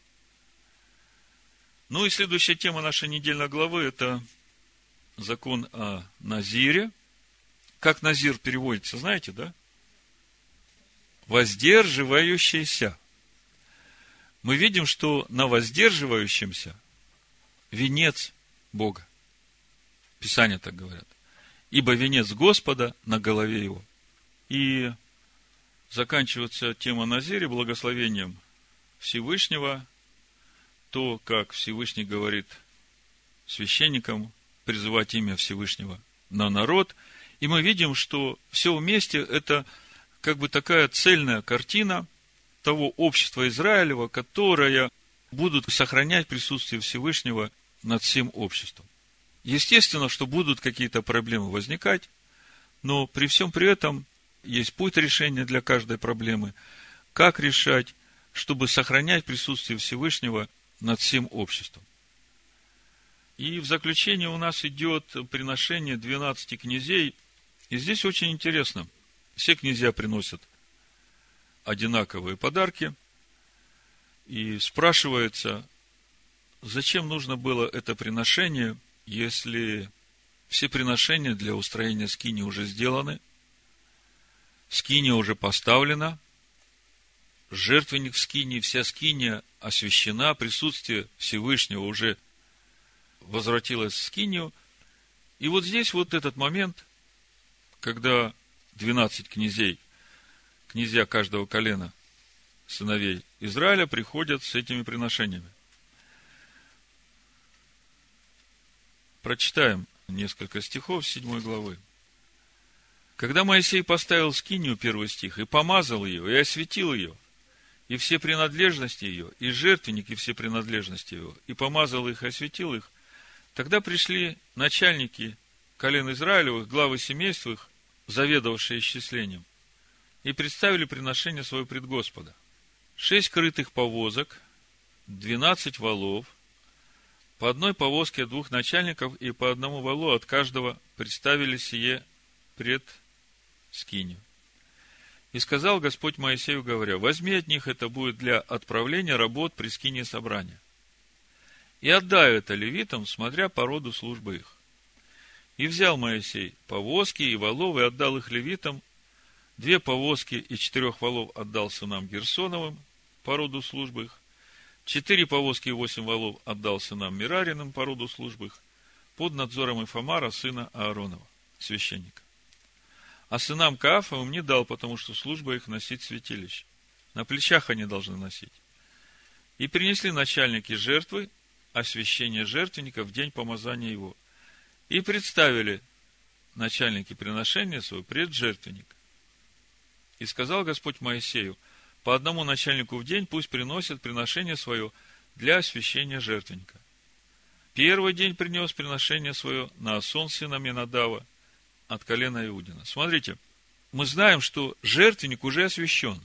Ну и следующая тема нашей недельной главы – это закон о Назире. Как Назир переводится, знаете, да? Воздерживающийся. Мы видим, что на воздерживающемся венец Бога. Писания так говорят. Ибо венец Господа на голове его. И заканчивается тема Назире благословением Всевышнего. То, как Всевышний говорит священникам призывать имя Всевышнего на народ. И мы видим, что все вместе это как бы такая цельная картина того общества Израилева, которое будут сохранять присутствие Всевышнего над всем обществом. Естественно, что будут какие-то проблемы возникать, но при всем при этом есть путь решения для каждой проблемы. Как решать, чтобы сохранять присутствие Всевышнего над всем обществом. И в заключение у нас идет приношение двенадцати князей. И здесь очень интересно. Все князья приносят одинаковые подарки. И спрашивается, зачем нужно было это приношение, если все приношения для устроения скинии уже сделаны, скиния уже поставлена, жертвенник в скинии, вся скиния освящена, присутствие Всевышнего уже возвратилось в скинию. И вот здесь вот этот момент, когда двенадцать князей, князья каждого колена сыновей Израиля приходят с этими приношениями. Прочитаем несколько стихов с седьмой главы. Когда Моисей поставил скинию, первый стих, и помазал ее, и осветил ее, и все принадлежности ее, и жертвенник, и все принадлежности его, и помазал их, и осветил их, тогда пришли начальники колен Израилевых, главы семейств их, заведовавшие исчислением, и представили приношение свое пред Господа. Шесть крытых повозок, двенадцать валов, по одной повозке от двух начальников и по одному валу от каждого представили сие пред скинию. И сказал Господь Моисею, говоря: возьми от них, это будет для отправления работ при скинии собрания. И отдай это левитам, смотря по роду службы их. И взял Моисей повозки и валов, и отдал их левитам. Две повозки и четырех валов отдал сынам Герсоновым по роду службы их. Четыре повозки и восемь валов отдал сынам Мерариным по роду службы их, под надзором Ифамара, сына Ааронова, священника. А сынам Каафовым не дал, потому что служба их носить святилище. На плечах они должны носить. И принесли начальники жертвы, освящение жертвенника в день помазания его. И представили начальники приношения свое пред жертвенник. И сказал Господь Моисею: по одному начальнику в день пусть приносят приношение свое для освящения жертвенника. Первый день принес приношение свое Наасон, сына Аминадава, от колена Иудина. Смотрите, мы знаем, что жертвенник уже освящен.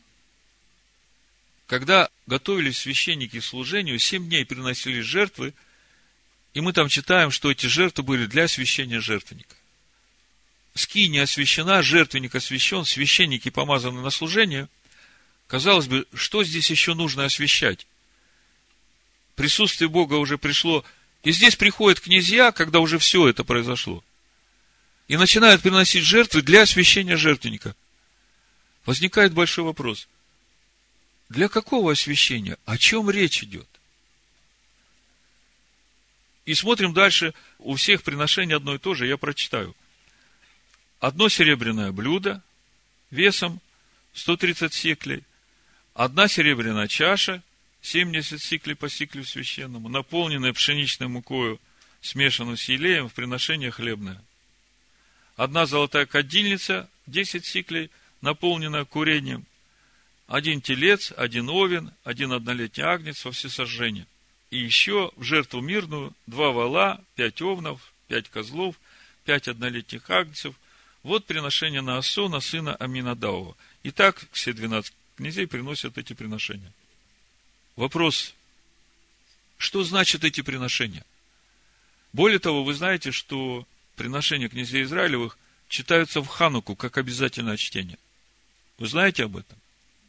Когда готовились священники к служению, семь дней приносили жертвы, и мы там читаем, что эти жертвы были для освящения жертвенника. Скиния освящена, жертвенник освящен, священники помазаны на служение. Казалось бы, что здесь еще нужно освящать? Присутствие Бога уже пришло, и здесь приходят князья, когда уже все это произошло, и начинают приносить жертвы для освящения жертвенника. Возникает большой вопрос: для какого освящения? О чем речь идет? И смотрим дальше, у всех приношений одно и то же, я прочитаю. Одно серебряное блюдо весом сто тридцать сиклей, одна серебряная чаша, семьдесят сиклей по сиклю священному, наполненная пшеничной мукою, смешанную с елеем в приношение хлебное. Одна золотая кадильница, десять сиклей, наполненная курением. Один телец, один овен, один однолетний агнец во всесожжение. И еще в жертву мирную два вола, пять овнов, пять козлов, пять однолетних агнцев. Вот приношение Наасона, сына Аминадавова. Итак, все двенадцать князей приносят эти приношения. Вопрос: что значат эти приношения? Более того, вы знаете, что приношения князей Израилевых читаются в Хануку как обязательное чтение. Вы знаете об этом?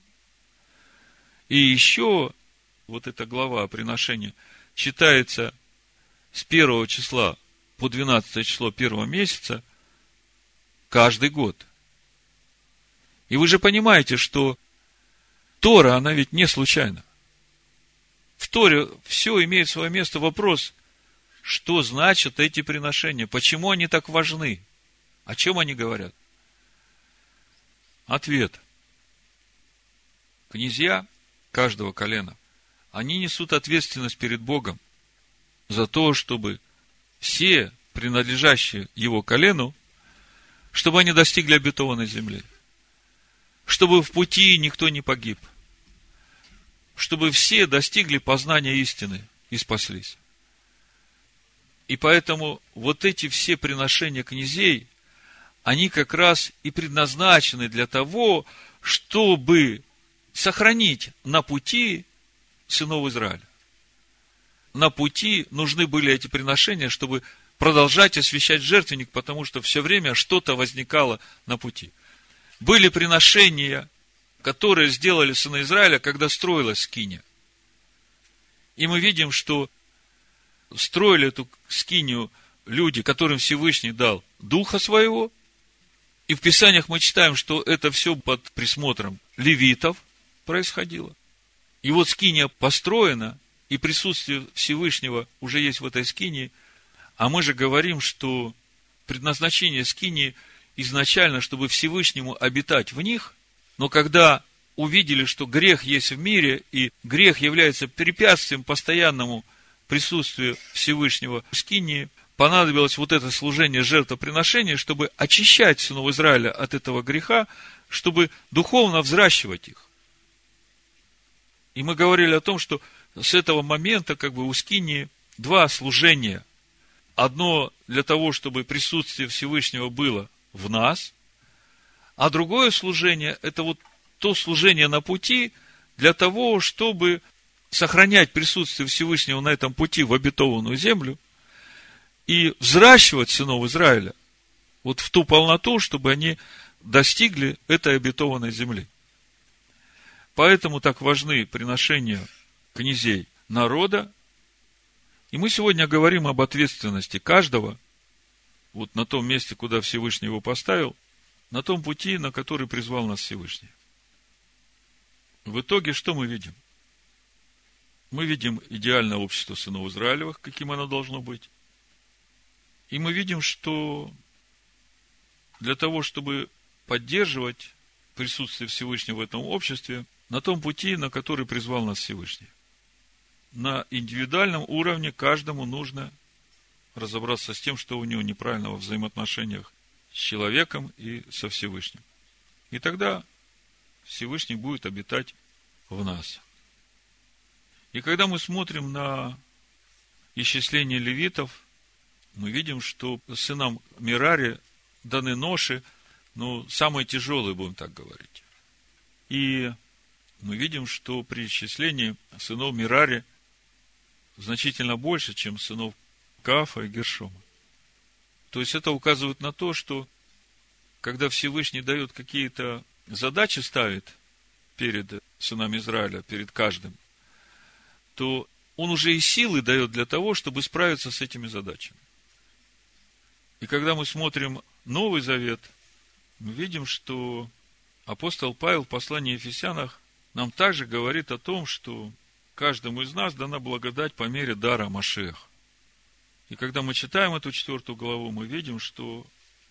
И еще вот эта глава о приношении читается с первого числа по двенадцатое число первого месяца каждый год. И вы же понимаете, что Тора, она ведь не случайна. В Торе все имеет свое место. Вопрос: что значат эти приношения? Почему они так важны? О чем они говорят? Ответ. Князья каждого колена, они несут ответственность перед Богом за то, чтобы все, принадлежащие его колену, чтобы они достигли обетованной земли, чтобы в пути никто не погиб, чтобы все достигли познания истины и спаслись. И поэтому вот эти все приношения князей, они как раз и предназначены для того, чтобы сохранить на пути сынов Израиля. На пути нужны были эти приношения, чтобы продолжать освящать жертвенник, потому что все время что-то возникало на пути. Были приношения, которые сделали сыны Израиля, когда строилась скиния. И мы видим, что строили эту скинию люди, которым Всевышний дал Духа Своего. И в Писаниях мы читаем, что это все под присмотром левитов происходило. И вот скиния построена, и присутствие Всевышнего уже есть в этой скинии. А мы же говорим, что предназначение скинии изначально, чтобы Всевышнему обитать в них, но когда увидели, что грех есть в мире, и грех является препятствием постоянному присутствию Всевышнего в скинии, понадобилось вот это служение жертвоприношения, чтобы очищать сынов Израиля от этого греха, чтобы духовно взращивать их. И мы говорили о том, что с этого момента, как бы, у Скинии два служения. Одно для того, чтобы присутствие Всевышнего было в нас, а другое служение, это вот то служение на пути для того, чтобы сохранять присутствие Всевышнего на этом пути в обетованную землю и взращивать сынов Израиля вот в ту полноту, чтобы они достигли этой обетованной земли. Поэтому так важны приношения князей народа. И мы сегодня говорим об ответственности каждого вот на том месте, куда Всевышний его поставил, на том пути, на который призвал нас Всевышний. В итоге что мы видим? Мы видим идеальное общество сынов Израилевых, каким оно должно быть. И мы видим, что для того, чтобы поддерживать присутствие Всевышнего в этом обществе, на том пути, на который призвал нас Всевышний. На индивидуальном уровне каждому нужно разобраться с тем, что у него неправильно во взаимоотношениях с человеком и со Всевышним. И тогда Всевышний будет обитать в нас. И когда мы смотрим на исчисление левитов, мы видим, что сынам Мерари даны ноши, ну, самые тяжелые, будем так говорить. И мы видим, что при исчислении сынов Мерари значительно больше, чем сынов Каафа и Гершома. То есть это указывает на то, что когда Всевышний дает какие-то задачи, ставит перед сынами Израиля, перед каждым, то он уже и силы дает для того, чтобы справиться с этими задачами. И когда мы смотрим Новый Завет, мы видим, что апостол Павел в послании Ефесянах нам также говорит о том, что каждому из нас дана благодать по мере дара Машиаха. И когда мы читаем эту четвертую главу, мы видим, что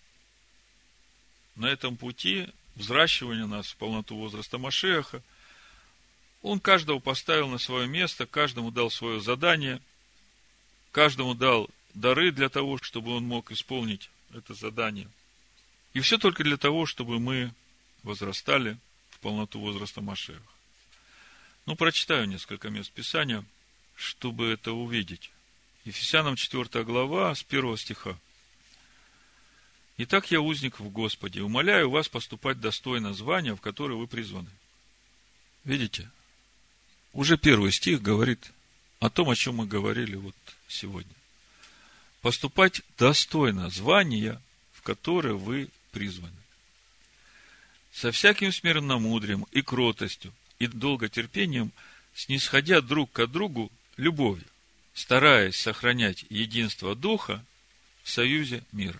на этом пути взращивания нас в полноту возраста Машиаха, он каждого поставил на свое место, каждому дал свое задание, каждому дал дары для того, чтобы он мог исполнить это задание. И все только для того, чтобы мы возрастали в полноту возраста Машиаха. Ну, прочитаю несколько мест Писания, чтобы это увидеть. Ефесянам четвёртая глава, с первого стиха. «Итак, я узник в Господе, умоляю вас поступать достойно звания, в которое вы призваны». Видите? Уже первый стих говорит о том, о чем мы говорили вот сегодня. Поступать достойно звания, в которое вы призваны. Со всяким смиренномудрием и кротостью, и долготерпением, снисходя друг к другу любовью, стараясь сохранять единство Духа в союзе мира.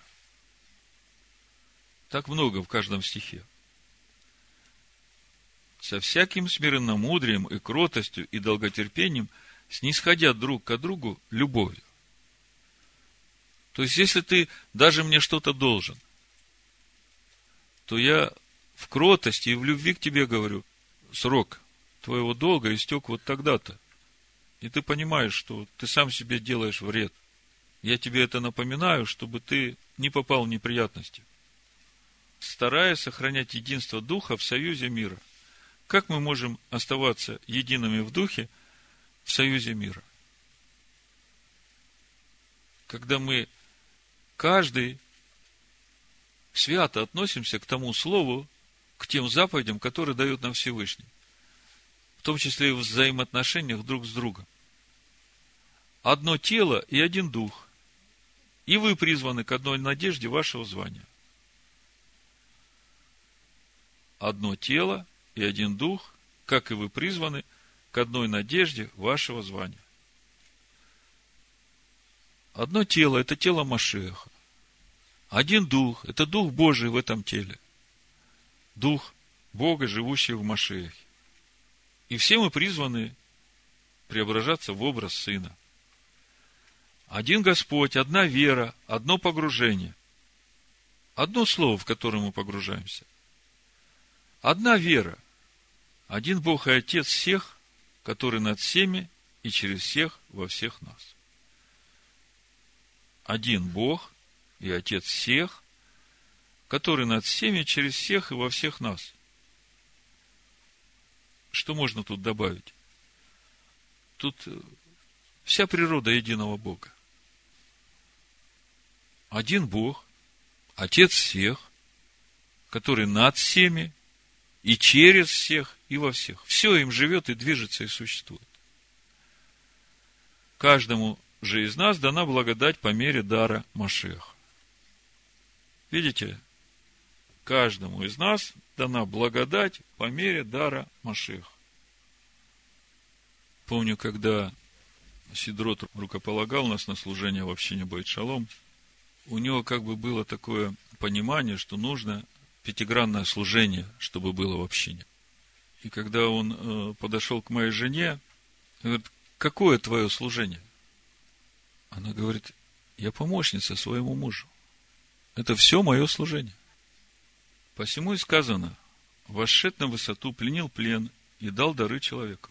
Так много в каждом стихе. Со всяким смиренномудрием и кротостью и долготерпением, снисходя друг к другу любовью. То есть, если ты даже мне что-то должен, то я в кротости и в любви к тебе говорю, срок твоего долга истек вот тогда-то. И ты понимаешь, что ты сам себе делаешь вред. Я тебе это напоминаю, чтобы ты не попал в неприятности. Стараясь сохранять единство Духа в союзе мира. Как мы можем оставаться едиными в Духе в союзе мира? Когда мы каждый свято относимся к тому слову, к тем заповедям, которые дает нам Всевышний. В том числе и в взаимоотношениях друг с другом. Одно тело и один дух. И вы призваны к одной надежде вашего звания. Одно тело и один дух, как и вы призваны к одной надежде вашего звания. Одно тело – это тело Машиаха. Один дух – это Дух Божий в этом теле. Дух Бога, живущий в Машиахе. И все мы призваны преображаться в образ Сына. Один Господь, одна вера, одно погружение. Одно слово, в которое мы погружаемся. Одна вера. Один Бог и Отец всех, который над всеми и через всех во всех нас. один Бог и Отец всех, который над всеми, через всех и во всех нас. Что можно тут добавить? Тут вся природа единого Бога. Один Бог, Отец всех, который над всеми, и через всех, и во всех. Все им живет и движется, и существует. Каждому же из нас дана благодать по мере дара Машиаха. Видите? Каждому из нас дана благодать по мере дара Машиаха. Помню, когда Сидрот рукополагал нас на служение в общине Бейт Шалом, у него как бы было такое понимание, что нужно пятигранное служение, чтобы было в общине. И когда он э, подошел к моей жене, говорит: какое твое служение? Она говорит: я помощница своему мужу. Это все мое служение. Посему и сказано: вошед на высоту, пленил плен и дал дары человеку.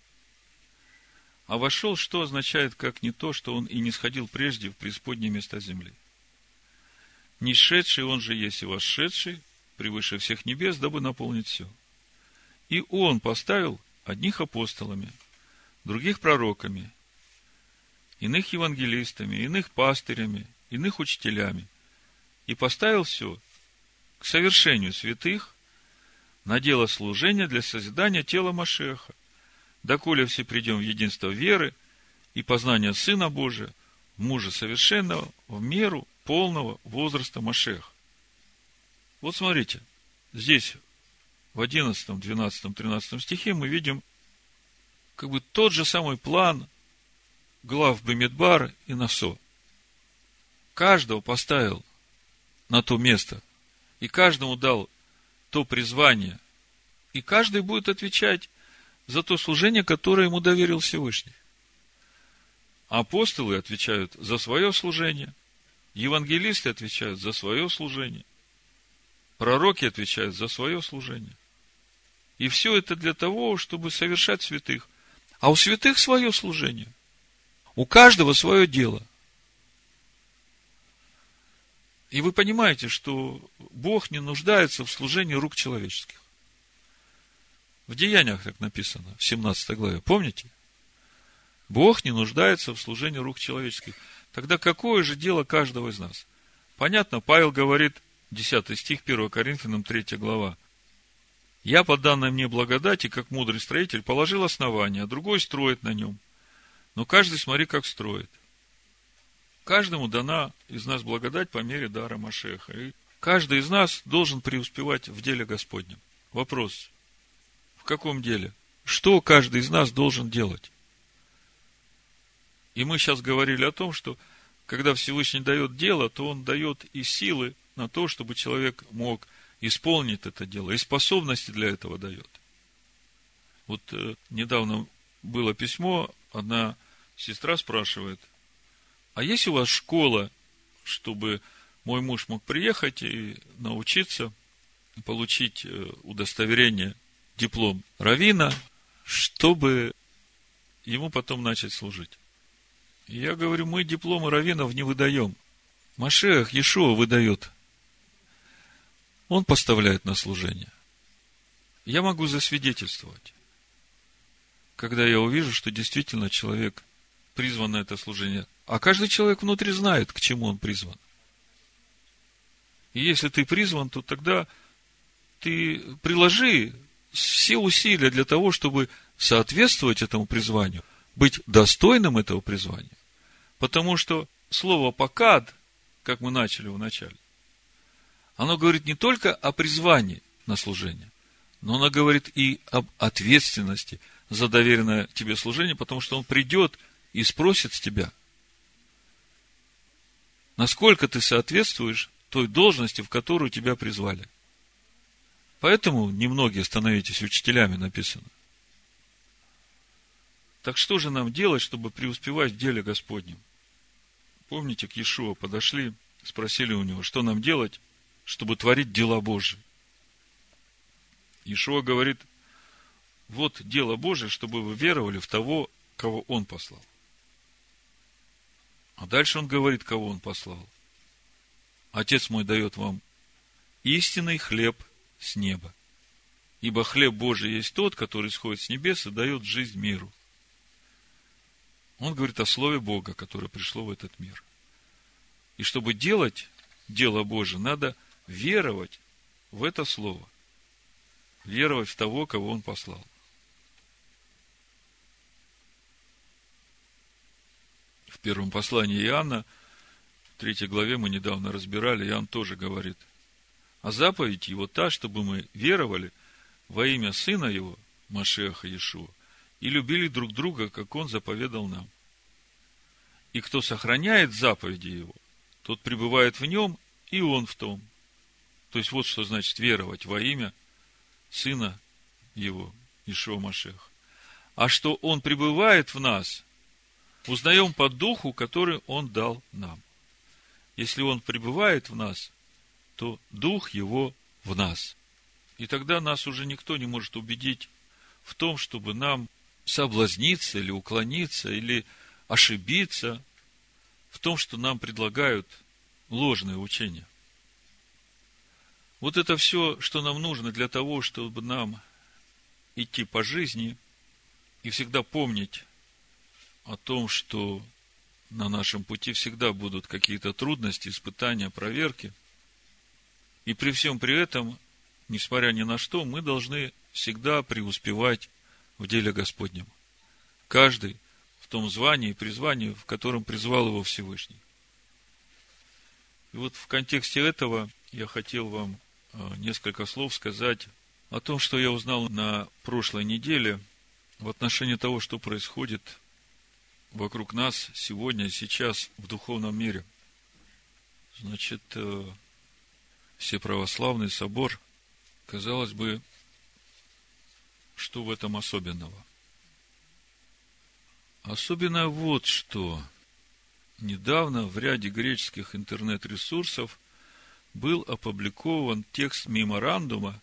А вошел, что означает, как не то, что он и не сходил прежде в преисподние места земли. Не шедший, он же есть и восшедший, превыше всех небес, дабы наполнить все. И он поставил одних апостолами, других пророками, иных евангелистами, иных пастырями, иных учителями, и поставил все к совершению святых на дело служения для созидания тела Машиаха, доколе все придем в единство веры и познания Сына Божия, мужа совершенного, в меру полного возраста Машиаха. Вот смотрите, здесь в одиннадцатом, двенадцатом, тринадцатом стихе мы видим как бы тот же самый план глав Бамидбар и Насо. Каждого поставил на то место, и каждому дал то призвание, и каждый будет отвечать за то служение, которое ему доверил Всевышний. Апостолы отвечают за свое служение, евангелисты отвечают за свое служение, пророки отвечают за свое служение. И все это для того, чтобы совершать святых. А у святых свое служение. У каждого свое дело. И вы понимаете, что Бог не нуждается в служении рук человеческих. В Деяниях так написано, в семнадцатой главе. Помните? Бог не нуждается в служении рук человеческих. Тогда какое же дело каждого из нас? Понятно, Павел говорит, десятый стих, первое Коринфянам, третья глава. «Я, по данной мне благодати, как мудрый строитель, положил основание, а другой строит на нем. Но каждый смотри, как строит». Каждому дана из нас благодать по мере дара Машиаха. И каждый из нас должен преуспевать в деле Господнем. Вопрос: в каком деле? Что каждый из нас должен делать? И мы сейчас говорили о том, что когда Всевышний дает дело, то Он дает и силы на то, чтобы человек мог исполнить это дело, и способности для этого дает. Вот э, недавно было письмо, одна сестра спрашивает: а есть у вас школа, чтобы мой муж мог приехать и научиться, получить удостоверение, диплом раввина, чтобы ему потом начать служить? И я говорю: мы дипломы раввинов не выдаем. Машиах Иешуа выдает. Он поставляет на служение. Я могу засвидетельствовать, когда я увижу, что действительно человек призван на это служение. А каждый человек внутри знает, к чему он призван. И если ты призван, то тогда ты приложи все усилия для того, чтобы соответствовать этому призванию, быть достойным этого призвания. Потому что слово «покад», как мы начали в начале, оно говорит не только о призвании на служение, но оно говорит и об ответственности за доверенное тебе служение, потому что он придет и спросит с тебя, насколько ты соответствуешь той должности, в которую тебя призвали. Поэтому немногие становитесь учителями, написано. Так что же нам делать, чтобы преуспевать в деле Господнем? Помните, к Иешуа подошли, спросили у него, что нам делать, чтобы творить дела Божьи. Иешуа говорит: вот дело Божие, чтобы вы веровали в того, кого Он послал. А дальше он говорит, кого он послал. Отец мой дает вам истинный хлеб с неба. Ибо хлеб Божий есть тот, который сходит с небес и дает жизнь миру. Он говорит о Слове Бога, которое пришло в этот мир. И чтобы делать дело Божие, надо веровать в это Слово. Веровать в того, кого Он послал. В первом послании Иоанна, в третьей главе мы недавно разбирали, Иоанн тоже говорит, а заповедь его та, чтобы мы веровали во имя Сына Его, Машиаха Иешуа, и любили друг друга, как Он заповедал нам. И кто сохраняет заповеди Его, тот пребывает в Нем, и Он в том. То есть, вот что значит веровать во имя Сына Его, Иешуа Машиаха. А что Он пребывает в нас, узнаем по Духу, который Он дал нам. Если Он пребывает в нас, то Дух Его в нас. И тогда нас уже никто не может убедить в том, чтобы нам соблазниться или уклониться, или ошибиться в том, что нам предлагают ложные учения. Вот это все, что нам нужно для того, чтобы нам идти по жизни и всегда помнить о том, что на нашем пути всегда будут какие-то трудности, испытания, проверки. И при всем при этом, несмотря ни на что, мы должны всегда преуспевать в деле Господнем. Каждый в том звании и призвании, в котором призвал его Всевышний. И вот в контексте этого я хотел вам несколько слов сказать о том, что я узнал на прошлой неделе в отношении того, что происходит вокруг нас сегодня и сейчас в духовном мире. Значит, Всеправославный собор, казалось бы, что в этом особенного? Особенно вот что. Недавно в ряде греческих интернет-ресурсов был опубликован текст меморандума,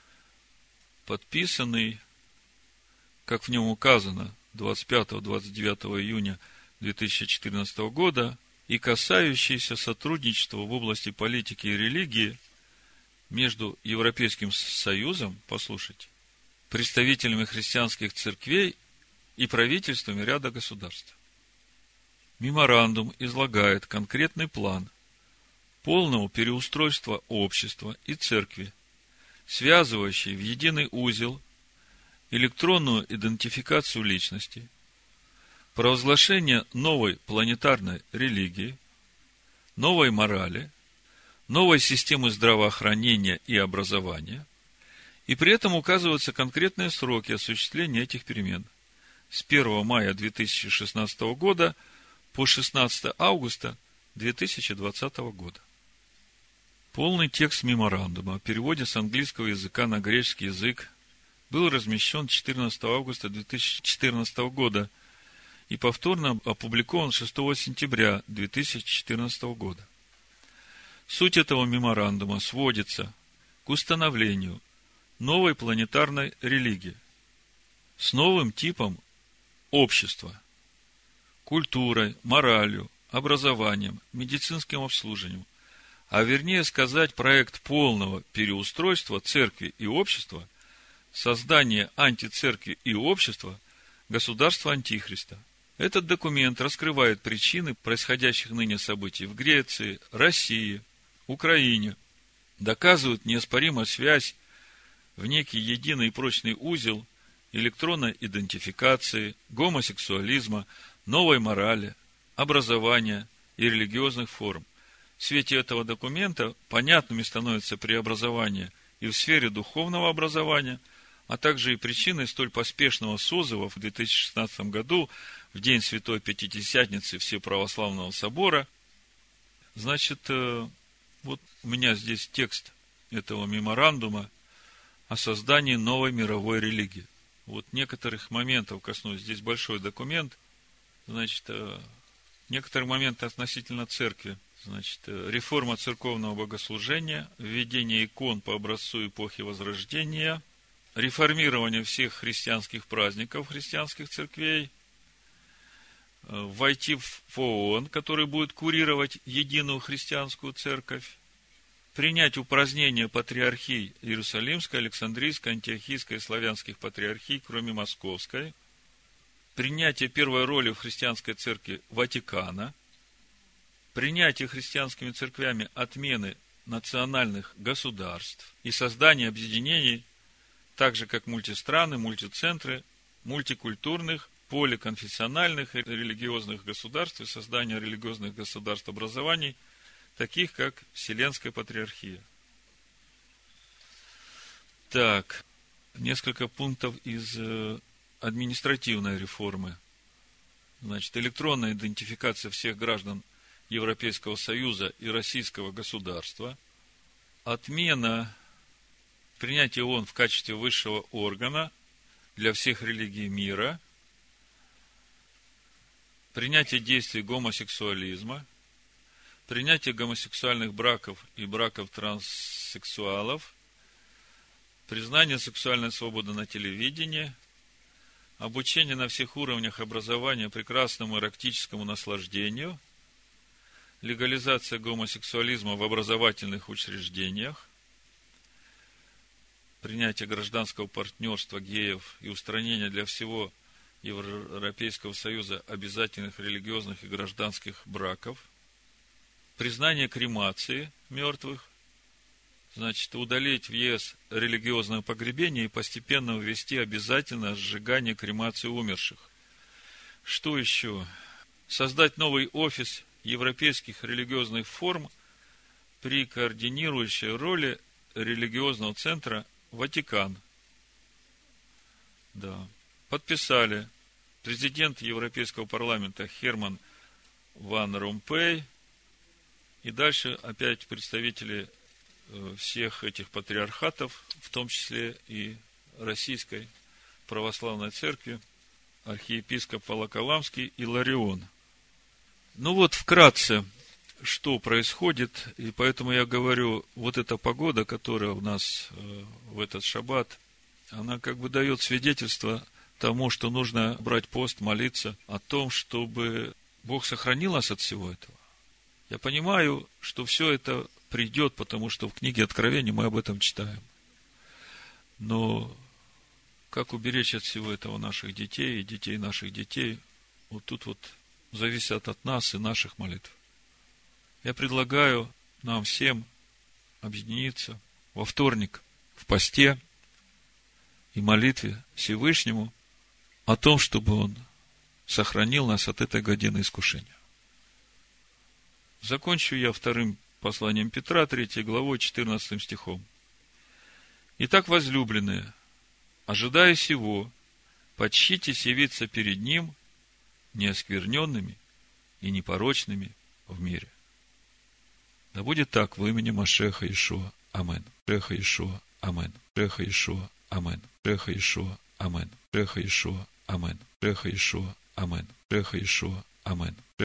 подписанный, как в нем указано, двадцать пятого - двадцать девятого июня две тысячи четырнадцатого года, и касающийся сотрудничества в области политики и религии между Европейским Союзом, послушайте, представителями христианских церквей и правительствами ряда государств. Меморандум излагает конкретный план полного переустройства общества и церкви, связывающий в единый узел электронную идентификацию личности, провозглашение новой планетарной религии, новой морали, новой системы здравоохранения и образования, и при этом указываются конкретные сроки осуществления этих перемен с первого мая две тысячи шестнадцатого года по шестнадцатого августа две тысячи двадцатого года. Полный текст меморандума о переводе с английского языка на греческий язык был размещен четырнадцатого августа две тысячи четырнадцатого года и повторно опубликован шестого сентября две тысячи четырнадцатого года. Суть этого меморандума сводится к установлению новой планетарной религии с новым типом общества, культурой, моралью, образованием, медицинским обслуживанием, а вернее сказать, проект полного переустройства церкви и общества, создание антицеркви и общества, государства Антихриста. Этот документ раскрывает причины происходящих ныне событий в Греции, России, Украине, доказывает неоспоримую связь в некий единый и прочный узел электронной идентификации, гомосексуализма, новой морали, образования и религиозных форм. В свете этого документа понятными становятся преобразования и в сфере духовного образования, а также и причиной столь поспешного созыва в две тысячи шестнадцатом году, в день Святой Пятидесятницы Всеправославного собора. Значит, вот у меня здесь текст этого меморандума о создании новой мировой религии. Вот некоторых моментов коснусь. Здесь большой документ. Значит, некоторые моменты относительно церкви. Значит, реформа церковного богослужения, введение икон по образцу эпохи Возрождения, реформирование всех христианских праздников христианских церквей, войти в ООН, который будет курировать единую христианскую церковь, принять упразднение патриархий Иерусалимской, Александрийской, Антиохийской и славянских патриархий, кроме Московской, принятие первой роли в христианской церкви Ватикана, принятие христианскими церквями отмены национальных государств и создание объединений, так же как мультистраны, мультицентры, мультикультурных, поликонфессиональных и религиозных государств и создание религиозных государств образований, таких как Вселенская Патриархия. Так, несколько пунктов из административной реформы. Значит, электронная идентификация всех граждан Европейского Союза и Российского государства, отмена принятия ООН в качестве высшего органа для всех религий мира, принятие действий гомосексуализма, принятие гомосексуальных браков и браков транссексуалов, признание сексуальной свободы на телевидении, обучение на всех уровнях образования прекрасному эротическому наслаждению, легализация гомосексуализма в образовательных учреждениях, принятие гражданского партнерства геев и устранение для всего Европейского Союза обязательных религиозных и гражданских браков, признание кремации мертвых, значит, удалить в ЕС религиозное погребение и постепенно ввести обязательно сжигание кремации умерших. Что еще? Создать новый офис европейских религиозных форм при координирующей роли религиозного центра Ватикан. Да. Подписали президент Европейского парламента Херман Ван Ромпей и дальше опять представители всех этих патриархатов, в том числе и Российской Православной Церкви, архиепископ Волоколамский и Ларион. Ну вот, вкратце, что происходит, и поэтому я говорю, вот эта погода, которая у нас в этот шаббат, она как бы дает свидетельство тому, что нужно брать пост, молиться о том, чтобы Бог сохранил нас от всего этого. Я понимаю, что все это придет, потому что в книге Откровения мы об этом читаем. Но как уберечь от всего этого наших детей и детей наших детей, вот тут вот зависят от нас и наших молитв. Я предлагаю нам всем объединиться во вторник в посте и молитве Всевышнему о том, чтобы Он сохранил нас от этой годины искушения. Закончу я вторым посланием Петра, третьей главой, четырнадцатым стихом. Итак, возлюбленные, ожидая сего, почтитесь явиться перед Ним неоскверненными и непорочными в мире. Да будет так в имени Машеха Иешуа. Амен. Машеха Иешуа. Амен. Машеха Иешуа. Амен. Машеха Иешуа. Амен. Машеха Иешуа. Амен. Машеха Иешуа. Амен. Машеха Иешуа. Амен.